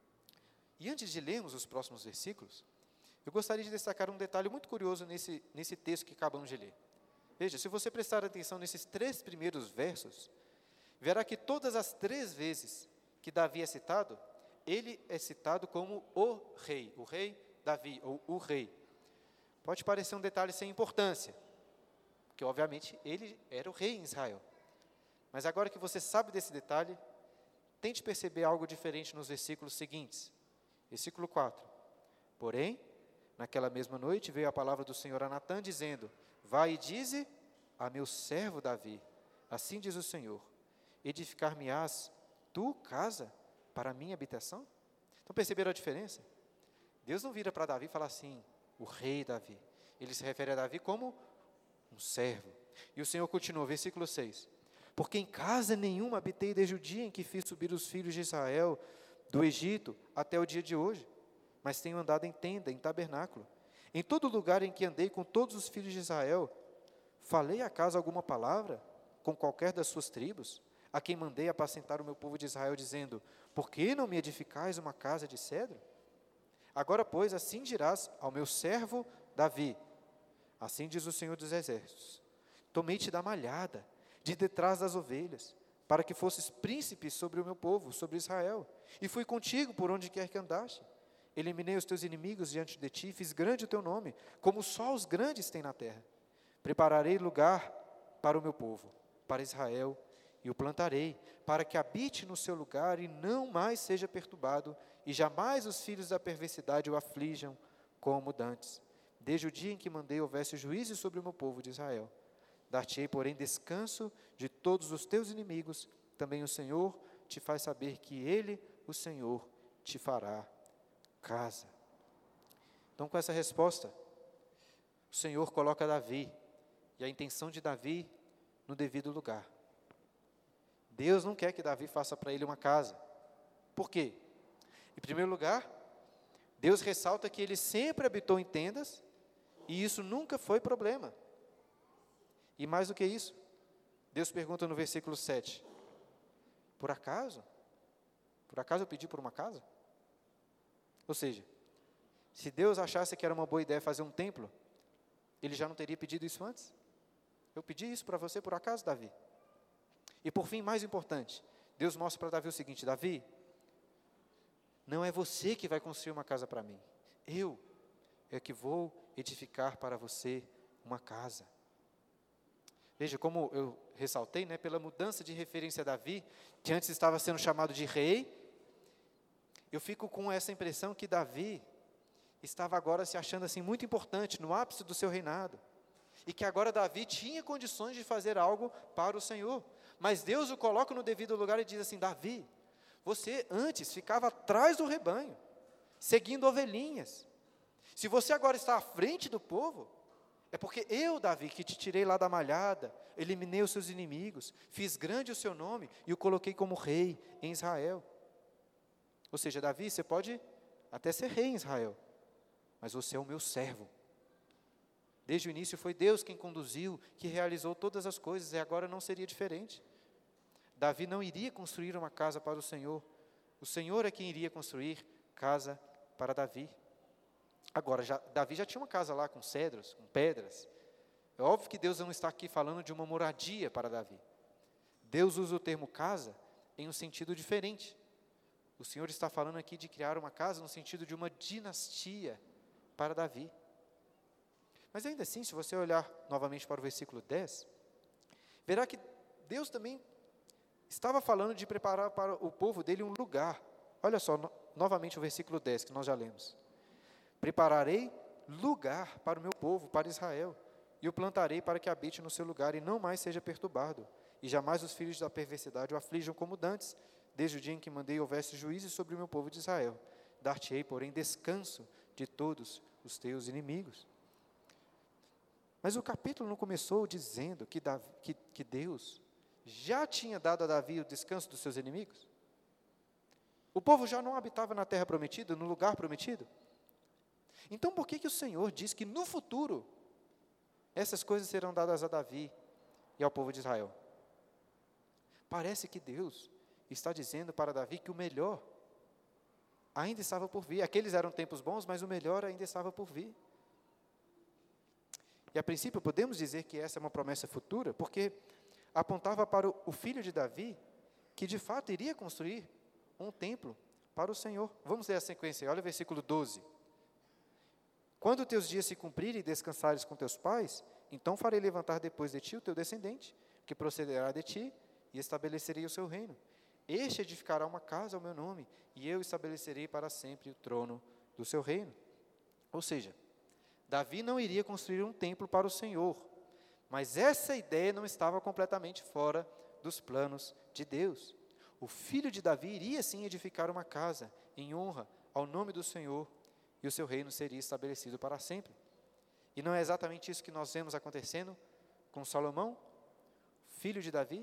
E antes de lermos os próximos versículos, eu gostaria de destacar um detalhe muito curioso nesse texto que acabamos de ler. Veja, se você prestar atenção nesses 3 primeiros versos, verá que todas as 3 vezes que Davi é citado, ele é citado como o rei Davi, ou o rei. Pode parecer um detalhe sem importância, porque obviamente ele era o rei em Israel. Mas agora que você sabe desse detalhe, tente perceber algo diferente nos versículos seguintes. Versículo 4. Porém, naquela mesma noite veio a palavra do Senhor a Natã, dizendo, vai e dize a meu servo Davi, assim diz o Senhor, edificar-me-ás tu casa para a minha habitação? Então perceberam a diferença? Deus não vira para Davi e fala assim, o rei Davi. Ele se refere a Davi como um servo. E o Senhor continua, versículo 6. Porque em casa nenhuma habitei desde o dia em que fiz subir os filhos de Israel do Egito até o dia de hoje, mas tenho andado em tenda, em tabernáculo. Em todo lugar em que andei com todos os filhos de Israel, falei acaso alguma palavra com qualquer das suas tribos, a quem mandei apacentar o meu povo de Israel, dizendo, por que não me edificais uma casa de cedro? Agora, pois, assim dirás ao meu servo Davi, assim diz o Senhor dos Exércitos, tomei-te da malhada, de detrás das ovelhas, para que fosses príncipe sobre o meu povo, sobre Israel, e fui contigo por onde quer que andaste. Eliminei os teus inimigos diante de ti, fiz grande o teu nome, como só os grandes têm na terra. Prepararei lugar para o meu povo, para Israel, e o plantarei, para que habite no seu lugar e não mais seja perturbado, e jamais os filhos da perversidade o aflijam como dantes. Desde o dia em que mandei houvesse juízo sobre o meu povo de Israel. Dar-te-ei, porém, descanso de todos os teus inimigos, também o Senhor te faz saber que Ele, o Senhor, te fará casa. Então, com essa resposta, o Senhor coloca Davi, e a intenção de Davi no devido lugar. Deus não quer que Davi faça para ele uma casa. Por quê? Em primeiro lugar, Deus ressalta que ele sempre habitou em tendas, e isso nunca foi problema. E mais do que isso, Deus pergunta no versículo 7, por acaso eu pedi por uma casa? Ou seja, se Deus achasse que era uma boa ideia fazer um templo, Ele já não teria pedido isso antes? Eu pedi isso para você por acaso, Davi? E por fim, mais importante, Deus mostra para Davi o seguinte, Davi, não é você que vai construir uma casa para mim, eu é que vou edificar para você uma casa. Veja, como eu ressaltei, pela mudança de referência a Davi, que antes estava sendo chamado de rei, eu fico com essa impressão que Davi estava agora se achando assim muito importante, no ápice do seu reinado, e que agora Davi tinha condições de fazer algo para o Senhor, mas Deus o coloca no devido lugar e diz assim, Davi, você antes ficava atrás do rebanho, seguindo ovelhinhas, se você agora está à frente do povo, é porque eu, Davi, que te tirei lá da malhada, eliminei os seus inimigos, fiz grande o seu nome e o coloquei como rei em Israel. Ou seja, Davi, você pode até ser rei em Israel, mas você é o meu servo. Desde o início foi Deus quem conduziu, que realizou todas as coisas, e agora não seria diferente. Davi não iria construir uma casa para o Senhor é quem iria construir casa para Davi. Agora, Davi já tinha uma casa lá com cedros, com pedras. É óbvio que Deus não está aqui falando de uma moradia para Davi. Deus usa o termo casa em um sentido diferente. O Senhor está falando aqui de criar uma casa no sentido de uma dinastia para Davi. Mas ainda assim, se você olhar novamente para o versículo 10, verá que Deus também estava falando de preparar para o povo dele um lugar Olha só, novamente o versículo 10 que nós já lemos. Prepararei lugar para o meu povo, para Israel, e o plantarei para que habite no seu lugar e não mais seja perturbado, e jamais os filhos da perversidade o aflijam como dantes, desde o dia em que mandei houvesse juízes sobre o meu povo de Israel. Dar-te-ei, porém, descanso de todos os teus inimigos. Mas o capítulo não começou dizendo que Deus já tinha dado a Davi o descanso dos seus inimigos? O povo já não habitava na terra prometida, no lugar prometido? Então, por que o Senhor diz que no futuro essas coisas serão dadas a Davi e ao povo de Israel? Parece que Deus está dizendo para Davi que o melhor ainda estava por vir. Aqueles eram tempos bons, mas o melhor ainda estava por vir. E a princípio podemos dizer que essa é uma promessa futura, porque apontava para o filho de Davi, que de fato iria construir um templo para o Senhor. Vamos ler a sequência, olha o versículo 12. Quando teus dias se cumprirem e descansares com teus pais, então farei levantar depois de ti o teu descendente, que procederá de ti, e estabelecerei o seu reino. Este edificará uma casa ao meu nome, e eu estabelecerei para sempre o trono do seu reino. Ou seja, Davi não iria construir um templo para o Senhor, mas essa ideia não estava completamente fora dos planos de Deus. O filho de Davi iria sim edificar uma casa em honra ao nome do Senhor, e o seu reino seria estabelecido para sempre. E não é exatamente isso que nós vemos acontecendo com Salomão, filho de Davi?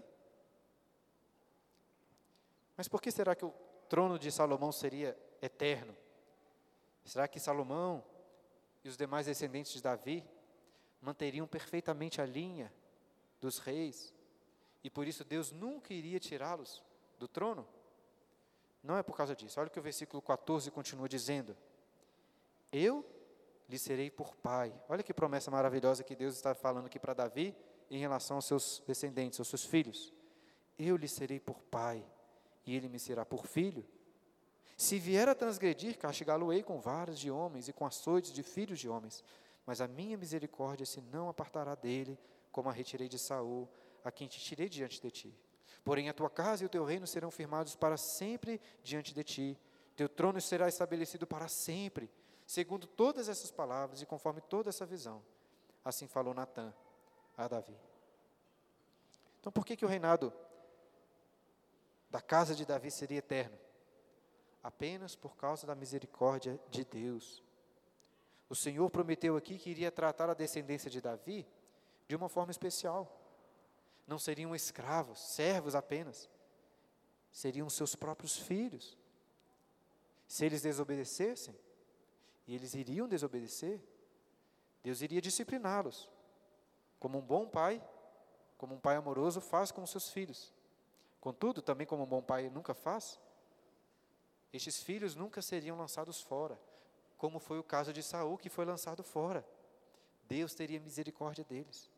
Mas por que será que o trono de Salomão seria eterno? Será que Salomão e os demais descendentes de Davi manteriam perfeitamente a linha dos reis, e por isso Deus nunca iria tirá-los do trono? Não é por causa disso. Olha o que o versículo 14 continua dizendo. Eu lhe serei por pai. Olha que promessa maravilhosa que Deus está falando aqui para Davi em relação aos seus descendentes, aos seus filhos. Eu lhe serei por pai, e ele me será por filho. Se vier a transgredir, castigá-lo-ei com varas de homens e com açoites de filhos de homens. Mas a minha misericórdia se não apartará dele, como a retirei de Saul, a quem te tirei diante de ti. Porém, a tua casa e o teu reino serão firmados para sempre diante de ti. Teu trono será estabelecido para sempre, segundo todas essas palavras e conforme toda essa visão. Assim falou Natã a Davi. Então, por que o reinado da casa de Davi seria eterno? Apenas por causa da misericórdia de Deus. O Senhor prometeu aqui que iria tratar a descendência de Davi de uma forma especial. Não seriam escravos, servos apenas. Seriam seus próprios filhos. Se eles desobedecessem, e eles iriam desobedecer, Deus iria discipliná-los, como um bom pai, como um pai amoroso faz com os seus filhos. Contudo, também como um bom pai nunca faz, estes filhos nunca seriam lançados fora, como foi o caso de Saul, que foi lançado fora. Deus teria misericórdia deles.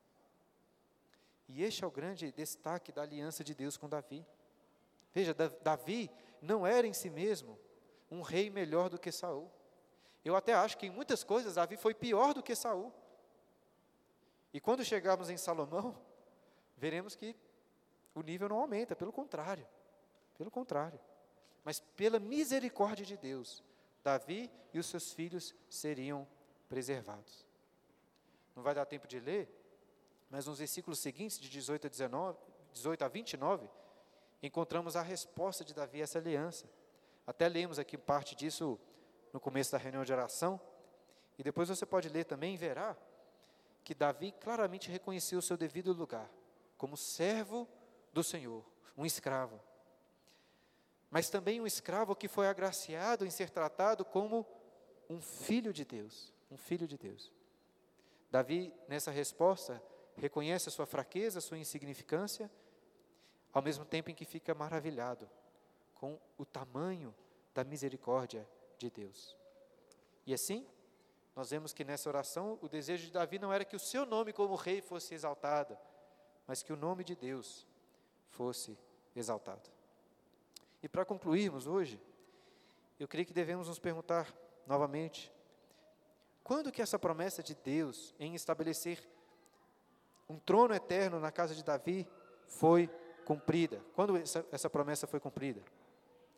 E este é o grande destaque da aliança de Deus com Davi. Veja, Davi não era em si mesmo um rei melhor do que Saul. Eu até acho que em muitas coisas Davi foi pior do que Saul. E quando chegarmos em Salomão, veremos que o nível não aumenta, pelo contrário. Pelo contrário. Mas pela misericórdia de Deus, Davi e os seus filhos seriam preservados. Não vai dar tempo de ler, mas nos versículos seguintes, de 18 a 29, encontramos a resposta de Davi a essa aliança. Até lemos aqui parte disso no começo da reunião de oração, e depois você pode ler também e verá que Davi claramente reconheceu o seu devido lugar, como servo do Senhor, um escravo. Mas também um escravo que foi agraciado em ser tratado como um filho de Deus, um filho de Deus. Davi, nessa resposta, reconhece a sua fraqueza, a sua insignificância, ao mesmo tempo em que fica maravilhado com o tamanho da misericórdia de Deus. E assim, nós vemos que nessa oração, o desejo de Davi não era que o seu nome como rei fosse exaltado, mas que o nome de Deus fosse exaltado. E para concluirmos hoje, eu creio que devemos nos perguntar novamente, quando que essa promessa de Deus em estabelecer um trono eterno na casa de Davi foi cumprida? Quando essa promessa foi cumprida?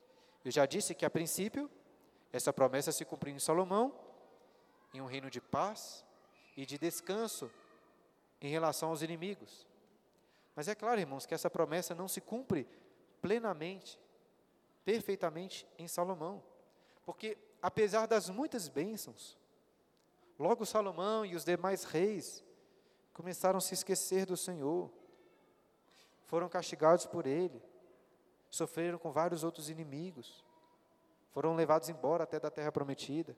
Eu já disse que, a princípio, essa promessa se cumpriu em Salomão, em um reino de paz e de descanso em relação aos inimigos. Mas é claro, irmãos, que essa promessa não se cumpre plenamente, perfeitamente em Salomão. Porque, apesar das muitas bênçãos, logo Salomão e os demais reis começaram a se esquecer do Senhor, foram castigados por Ele, sofreram com vários outros inimigos, foram levados embora até da terra prometida.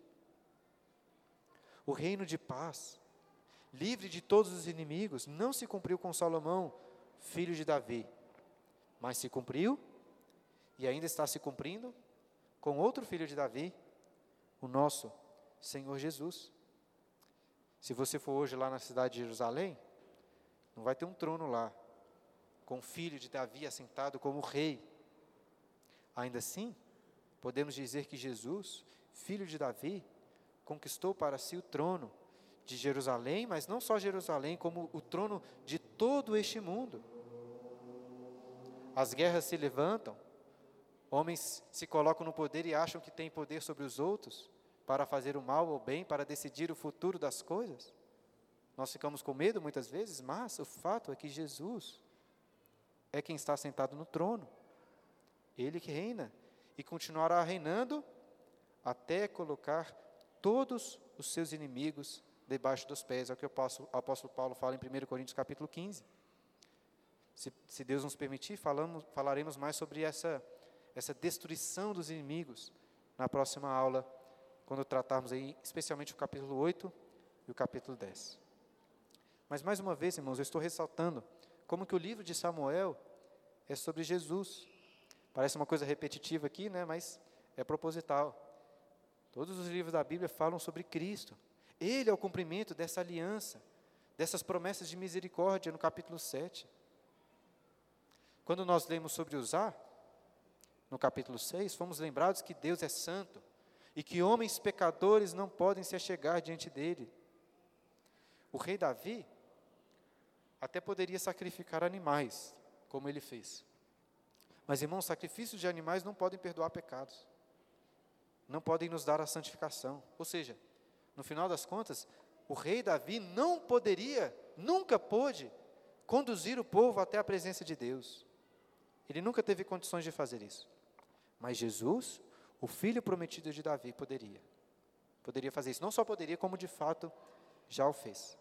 O reino de paz, livre de todos os inimigos, não se cumpriu com Salomão, filho de Davi, mas se cumpriu, e ainda está se cumprindo, com outro filho de Davi, o nosso Senhor Jesus. Se você for hoje lá na cidade de Jerusalém, não vai ter um trono lá, com o filho de Davi assentado como rei. Ainda assim, podemos dizer que Jesus, filho de Davi, conquistou para si o trono de Jerusalém, mas não só Jerusalém, como o trono de todo este mundo. As guerras se levantam, homens se colocam no poder e acham que têm poder sobre os outros, para fazer o mal ou o bem, para decidir o futuro das coisas. Nós ficamos com medo muitas vezes, mas o fato é que Jesus é quem está sentado no trono. Ele que reina e continuará reinando até colocar todos os seus inimigos debaixo dos pés. É o que o apóstolo Paulo fala em 1 Coríntios capítulo 15. Se Deus nos permitir, falaremos mais sobre essa destruição dos inimigos na próxima aula, quando tratarmos aí, especialmente o capítulo 8 e o capítulo 10. Mas mais uma vez, irmãos, eu estou ressaltando como que o livro de Samuel é sobre Jesus. Parece uma coisa repetitiva aqui, né, mas é proposital. Todos os livros da Bíblia falam sobre Cristo. Ele é o cumprimento dessa aliança, dessas promessas de misericórdia no capítulo 7. Quando nós lemos sobre Uzá, no capítulo 6, fomos lembrados que Deus é santo e que homens pecadores não podem se achegar diante dele. O rei Davi até poderia sacrificar animais, como ele fez. Mas, irmãos, sacrifícios de animais não podem perdoar pecados. Não podem nos dar a santificação. Ou seja, no final das contas, o rei Davi não poderia, nunca pôde, conduzir o povo até a presença de Deus. Ele nunca teve condições de fazer isso. Mas Jesus, o filho prometido de Davi, poderia. Poderia fazer isso. Não só poderia, como de fato já o fez.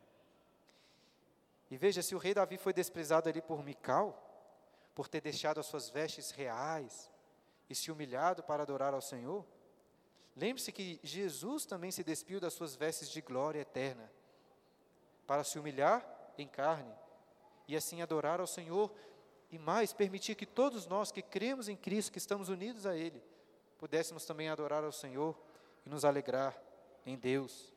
E veja, se o rei Davi foi desprezado ali por Mical, por ter deixado as suas vestes reais e se humilhado para adorar ao Senhor, lembre-se que Jesus também se despiu das suas vestes de glória eterna, para se humilhar em carne e assim adorar ao Senhor, e mais, permitir que todos nós que cremos em Cristo, que estamos unidos a Ele, pudéssemos também adorar ao Senhor e nos alegrar em Deus.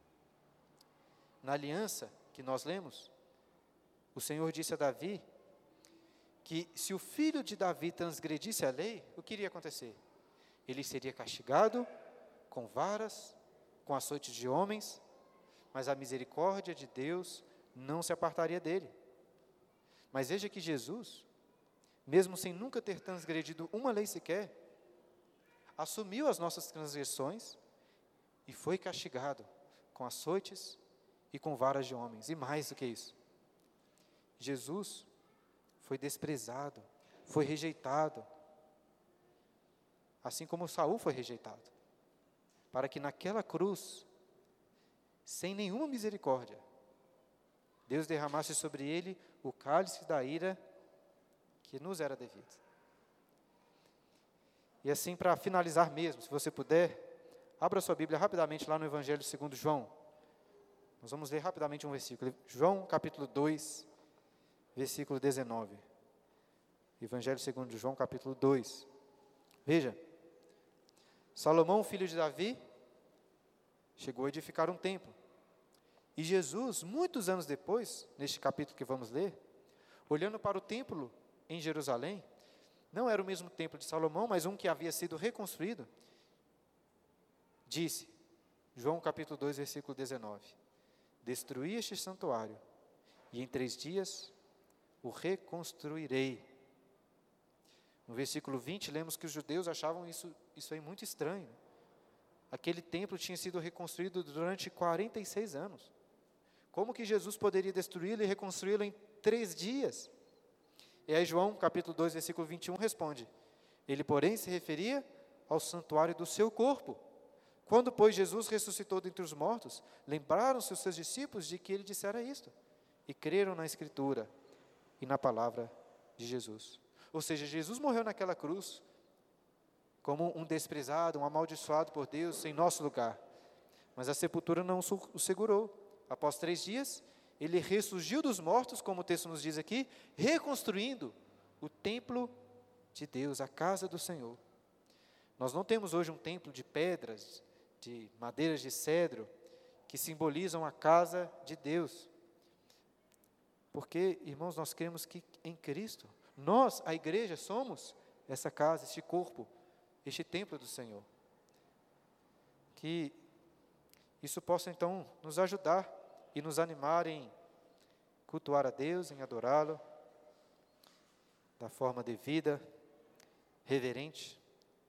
Na aliança que nós lemos, o Senhor disse a Davi que se o filho de Davi transgredisse a lei, o que iria acontecer? Ele seria castigado com varas, com açoites de homens, mas a misericórdia de Deus não se apartaria dele. Mas veja que Jesus, mesmo sem nunca ter transgredido uma lei sequer, assumiu as nossas transgressões e foi castigado com açoites e com varas de homens. E mais do que isso, Jesus foi desprezado, foi rejeitado, assim como Saul foi rejeitado, para que naquela cruz, sem nenhuma misericórdia, Deus derramasse sobre ele o cálice da ira que nos era devido. E assim, para finalizar mesmo, se você puder, abra sua Bíblia rapidamente lá no Evangelho segundo João. Nós vamos ler rapidamente um versículo. João, capítulo 2, versículo 19. Evangelho segundo João, capítulo 2. Veja, Salomão, filho de Davi, chegou a edificar um templo. E Jesus, muitos anos depois, neste capítulo que vamos ler, olhando para o templo em Jerusalém, não era o mesmo templo de Salomão, mas um que havia sido reconstruído, disse, João capítulo 2, versículo 19, destruí este santuário, e em 3 dias o reconstruirei. No versículo 20, lemos que os judeus achavam isso aí muito estranho. Aquele templo tinha sido reconstruído durante 46 anos. Como que Jesus poderia destruí-lo e reconstruí-lo em 3 dias? E aí João, capítulo 2, versículo 21, responde: ele, porém, se referia ao santuário do seu corpo. Quando, pois, Jesus ressuscitou dentre os mortos, lembraram-se os seus discípulos de que ele dissera isto, e creram na Escritura e na palavra de Jesus. Ou seja, Jesus morreu naquela cruz como um desprezado, um amaldiçoado por Deus em nosso lugar. Mas a sepultura não o segurou. Após 3 dias, ele ressurgiu dos mortos, como o texto nos diz aqui, reconstruindo o templo de Deus, a casa do Senhor. Nós não temos hoje um templo de pedras, de madeiras de cedro, que simbolizam a casa de Deus. Porque, irmãos, nós cremos que em Cristo, nós, a igreja, somos essa casa, este corpo, este templo do Senhor. Que isso possa, então, nos ajudar e nos animar em cultuar a Deus, em adorá-lo, da forma devida, reverente.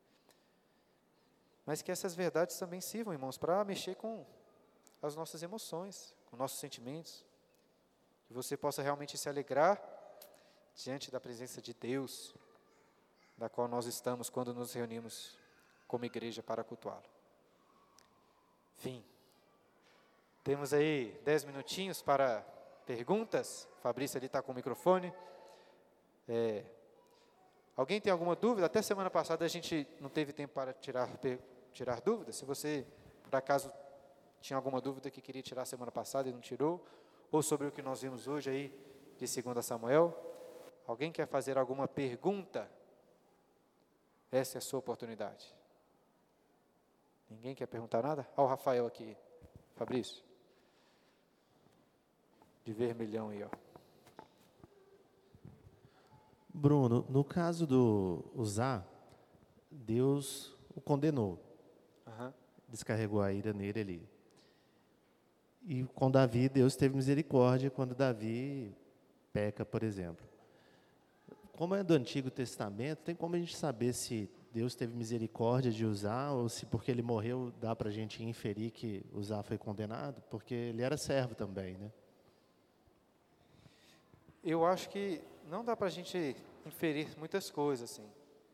Mas que essas verdades também sirvam, irmãos, para mexer com as nossas emoções, com nossos sentimentos. Que você possa realmente se alegrar diante da presença de Deus, da qual nós estamos quando nos reunimos como igreja para cultuá-lo. Fim. Temos aí 10 minutinhos para perguntas. Fabrício ali está com o microfone. Alguém tem alguma dúvida? Até semana passada a gente não teve tempo para tirar dúvidas. Se você, por acaso, tinha alguma dúvida que queria tirar semana passada e não tirou, ou sobre o que nós vimos hoje aí de 2 Samuel, alguém quer fazer alguma pergunta? Essa é a sua oportunidade. Ninguém quer perguntar nada? Olha o Rafael aqui, Fabrício. De vermelhão aí, ó. Bruno, no caso do Uzá, Deus o condenou. Uhum. Descarregou a ira nele ali. E com Davi, Deus teve misericórdia quando Davi peca, por exemplo. Como é do Antigo Testamento, tem como a gente saber se Deus teve misericórdia de Uzá, ou se porque ele morreu, dá para a gente inferir que Uzá foi condenado? Porque ele era servo também, né? Eu acho que não dá para a gente inferir muitas coisas, assim.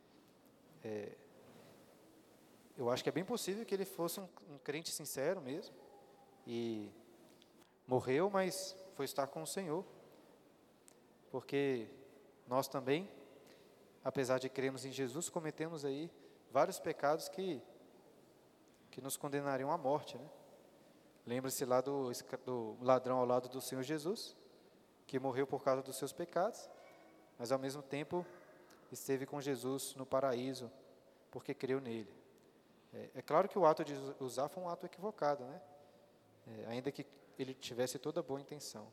Eu acho que é bem possível que ele fosse um crente sincero mesmo, e morreu, mas foi estar com o Senhor, porque nós também, apesar de crermos em Jesus, cometemos aí vários pecados que nos condenariam à morte, né? Lembre-se lá do ladrão ao lado do Senhor Jesus, que morreu por causa dos seus pecados, mas ao mesmo tempo esteve com Jesus no paraíso, porque creu nele. É claro que o ato de Uzá foi um ato equivocado, né? Ainda que ele tivesse toda boa intenção.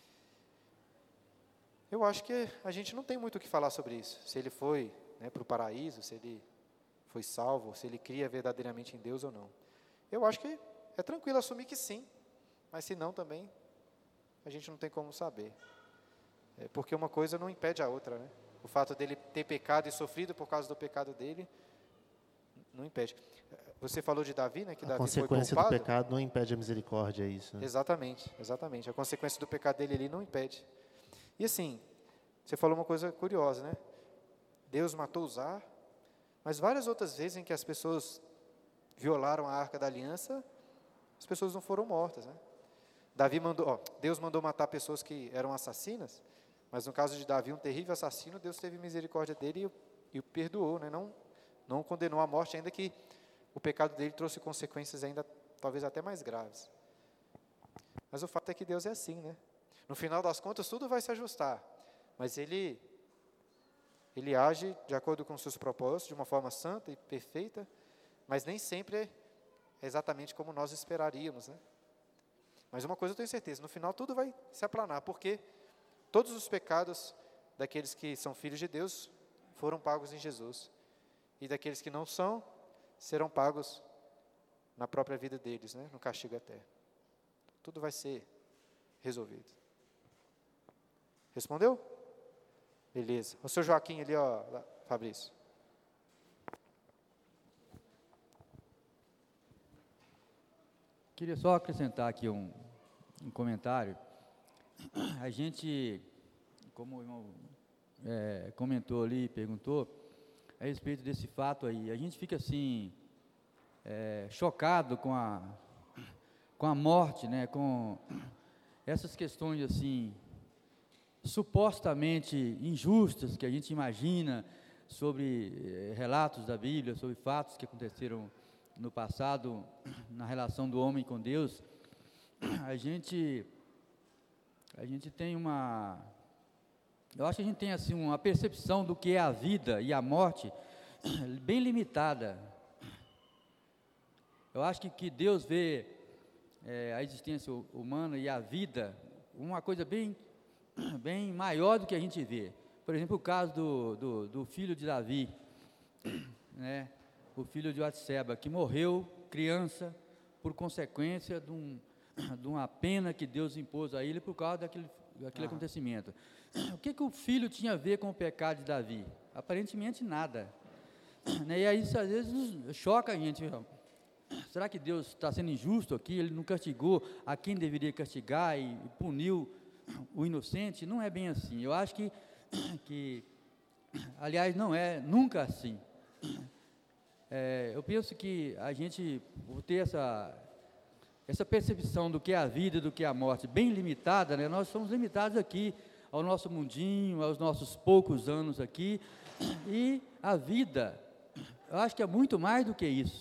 Eu acho que a gente não tem muito o que falar sobre isso, se ele foi, né, para o paraíso, se ele foi salvo, se ele cria verdadeiramente em Deus ou não. Eu acho que é tranquilo assumir que sim, mas se não também, a gente não tem como saber. Porque uma coisa não impede a outra, né? O fato dele ter pecado e sofrido por causa do pecado dele, não impede. Você falou de Davi, né? Que Davi foi poupado. A consequência do pecado não impede a misericórdia, é isso, né? Exatamente. A consequência do pecado dele ali não impede. E assim, você falou uma coisa curiosa, né? Deus matou Uzá, mas várias outras vezes em que as pessoas violaram a Arca da Aliança, as pessoas não foram mortas, né? Deus mandou matar pessoas que eram assassinas, mas no caso de Davi, um terrível assassino, Deus teve misericórdia dele e o perdoou, né? Não o condenou à morte, ainda que o pecado dele trouxe consequências ainda, talvez até mais graves. Mas o fato é que Deus é assim, né? No final das contas, tudo vai se ajustar, mas Ele age de acordo com os seus propósitos, de uma forma santa e perfeita, mas nem sempre é exatamente como nós esperaríamos, né? Mas uma coisa eu tenho certeza, no final tudo vai se aplanar, porque todos os pecados daqueles que são filhos de Deus foram pagos em Jesus, e daqueles que não são, serão pagos na própria vida deles, né? No castigo eterno. Tudo vai ser resolvido. Respondeu? Beleza. O seu Joaquim ali, ó, Fabrício. Queria só acrescentar aqui um comentário. A gente, como o irmão comentou ali, perguntou, a respeito desse fato aí, a gente fica assim, chocado com a morte, né, com essas questões assim, supostamente injustas, que a gente imagina sobre relatos da Bíblia, sobre fatos que aconteceram no passado, na relação do homem com Deus. A gente tem eu acho que a gente tem assim uma percepção do que é a vida e a morte bem limitada. Eu acho que Deus vê a existência humana e a vida uma coisa bem maior do que a gente vê. Por exemplo, o caso do filho de Davi, né? O filho de Batseba, que morreu criança por consequência de uma pena que Deus impôs a ele por causa daquele acontecimento. O que o filho tinha a ver com o pecado de Davi? Aparentemente nada. E aí isso às vezes nos choca a gente. Será que Deus está sendo injusto aqui? Ele não castigou a quem deveria castigar e puniu o inocente? Não é bem assim. Eu acho que aliás, não é nunca assim. Eu penso que a gente, por ter essa percepção do que é a vida e do que é a morte bem limitada, né? Nós somos limitados aqui ao nosso mundinho, aos nossos poucos anos aqui, e a vida, eu acho que é muito mais do que isso.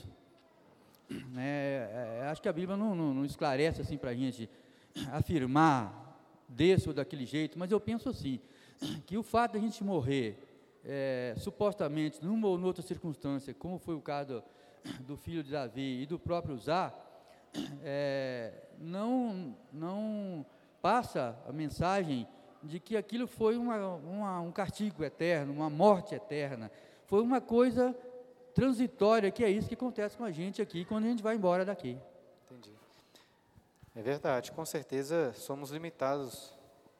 Acho que a Bíblia não esclarece assim para a gente afirmar desse ou daquele jeito, mas eu penso assim, que o fato de a gente morrer supostamente numa ou noutra circunstância, como foi o caso do filho de Davi e do próprio Uzá, não passa a mensagem de que aquilo foi um castigo eterno, uma morte eterna. Foi uma coisa transitória, que é isso que acontece com a gente aqui quando a gente vai embora daqui. Entendi. É verdade, com certeza somos limitados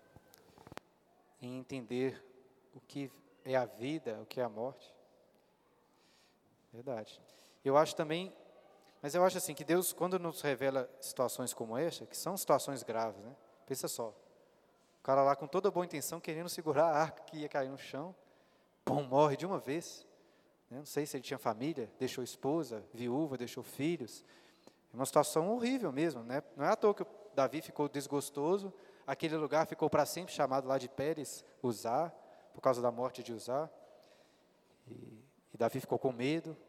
em entender o que é a vida, o que é a morte. Verdade. Eu acho também, mas eu acho assim, que Deus, quando nos revela situações como esta, que são situações graves, né? Pensa só, o cara lá com toda boa intenção, querendo segurar a arca que ia cair no chão, morre de uma vez. Né? Não sei se ele tinha família, deixou esposa, viúva, deixou filhos. É uma situação horrível mesmo, né? Não é à toa que o Davi ficou desgostoso, aquele lugar ficou para sempre chamado lá de Pérez Uzá, por causa da morte de Uzá, e Davi ficou com medo,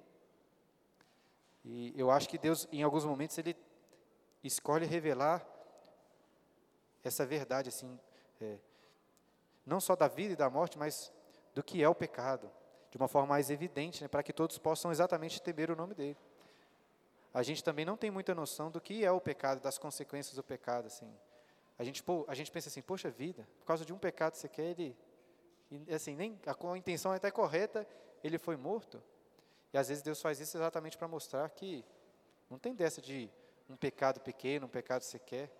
e eu acho que Deus, em alguns momentos, Ele escolhe revelar essa verdade, assim, não só da vida e da morte, mas do que é o pecado, de uma forma mais evidente, né, para que todos possam exatamente temer o nome dEle. A gente também não tem muita noção do que é o pecado, das consequências do pecado, assim. A gente pensa assim, poxa vida, por causa de um pecado você quer ele... E, assim, nem a intenção é até correta, ele foi morto. E às vezes Deus faz isso exatamente para mostrar que não tem dessa de um pecado pequeno, um pecado sequer.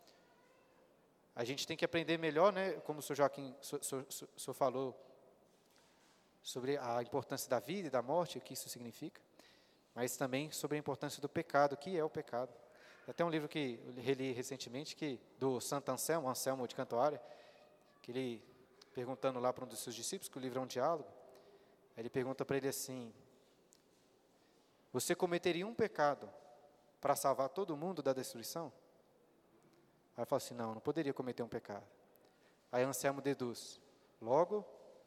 A gente tem que aprender melhor, né, como o senhor Joaquim o senhor falou, sobre a importância da vida e da morte, o que isso significa, mas também sobre a importância do pecado, o que é o pecado. Tem até um livro que eu reli recentemente, do Santo Anselmo de Cantuária, que ele... perguntando lá para um dos seus discípulos, que o livro é um diálogo, ele pergunta para ele assim, você cometeria um pecado para salvar todo mundo da destruição? Aí ele fala assim, não poderia cometer um pecado. Aí Anselmo deduz, logo,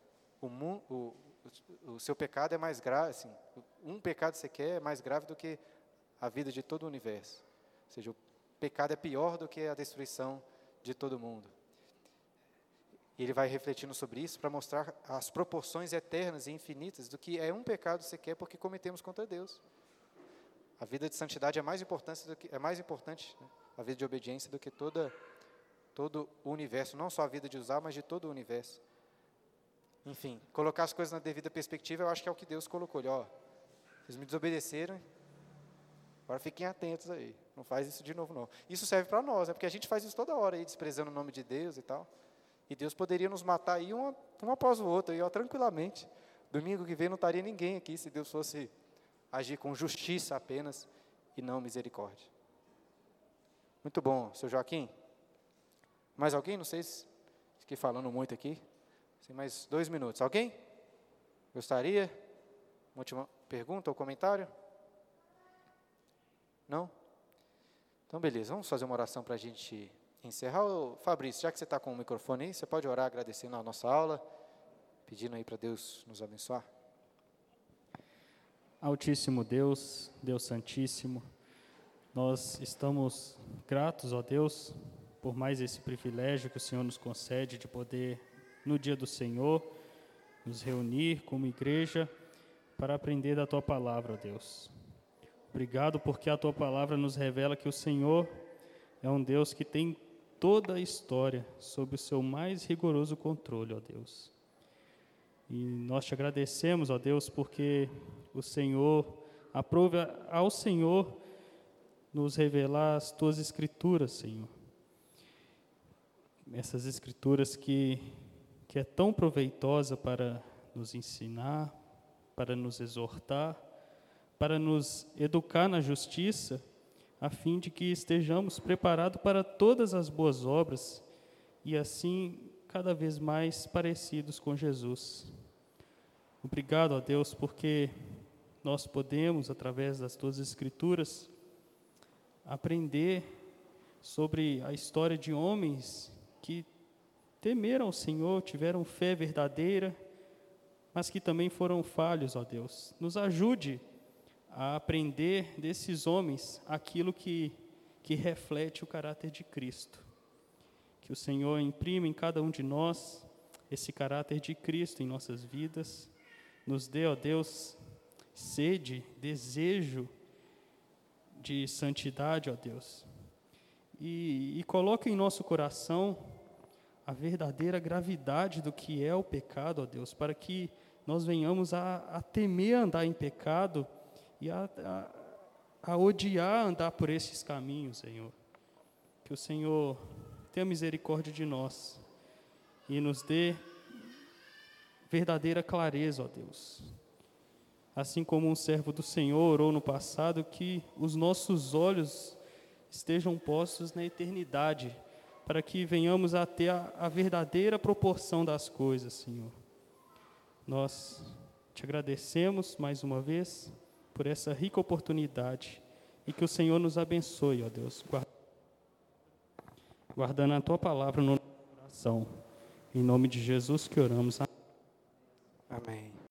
o seu pecado é mais grave, assim, um pecado você quer é mais grave do que a vida de todo o universo. Ou seja, o pecado é pior do que a destruição de todo mundo. E ele vai refletindo sobre isso para mostrar as proporções eternas e infinitas do que é um pecado sequer porque cometemos contra Deus. A vida de santidade é mais importante, né, a vida de obediência do que todo o universo, não só a vida de Uzá, mas de todo o universo. Enfim, colocar as coisas na devida perspectiva, eu acho que é o que Deus colocou. Vocês me desobedeceram, agora fiquem atentos aí, não faz isso de novo não. Isso serve para nós, porque a gente faz isso toda hora, aí, desprezando o nome de Deus e tal. E Deus poderia nos matar aí um após o outro, aí, tranquilamente. Domingo que vem não estaria ninguém aqui se Deus fosse agir com justiça apenas e não misericórdia. Muito bom, seu Joaquim. Mais alguém? Não sei se fiquei falando muito aqui. Tem mais 2 minutos. Alguém? Gostaria? Uma última pergunta ou comentário? Não? Então, beleza. Vamos fazer uma oração para a gente encerrar. Ô, Fabrício, já que você está com o microfone aí, você pode orar agradecendo a nossa aula, pedindo aí para Deus nos abençoar. Altíssimo Deus, Deus Santíssimo, nós estamos gratos, ó Deus, por mais esse privilégio que o Senhor nos concede de poder, no dia do Senhor, nos reunir como igreja para aprender da Tua Palavra, ó Deus. Obrigado porque a Tua Palavra nos revela que o Senhor é um Deus que tem toda a história sob o seu mais rigoroso controle, ó Deus. E nós te agradecemos, ó Deus, porque o Senhor, aprove ao Senhor nos revelar as Tuas Escrituras, Senhor. Essas Escrituras que é tão proveitosa para nos ensinar, para nos exortar, para nos educar na justiça, a fim de que estejamos preparados para todas as boas obras e assim cada vez mais parecidos com Jesus. Obrigado, ó Deus, porque nós podemos, através das Tuas Escrituras, aprender sobre a história de homens que temeram o Senhor, tiveram fé verdadeira, mas que também foram falhos, ó Deus. Nos ajude a aprender desses homens aquilo que reflete o caráter de Cristo. Que o Senhor imprima em cada um de nós esse caráter de Cristo em nossas vidas. Nos dê, ó Deus, sede, desejo de santidade, ó Deus. E coloque em nosso coração a verdadeira gravidade do que é o pecado, ó Deus, para que nós venhamos a temer andar em pecado e a odiar andar por esses caminhos, Senhor. Que o Senhor tenha misericórdia de nós e nos dê verdadeira clareza, ó Deus. Assim como um servo do Senhor orou no passado, que os nossos olhos estejam postos na eternidade, para que venhamos a ter a verdadeira proporção das coisas, Senhor. Nós te agradecemos mais uma vez por essa rica oportunidade e que o Senhor nos abençoe, ó Deus, guardando a Tua Palavra no nosso coração. Em nome de Jesus que oramos. Amém.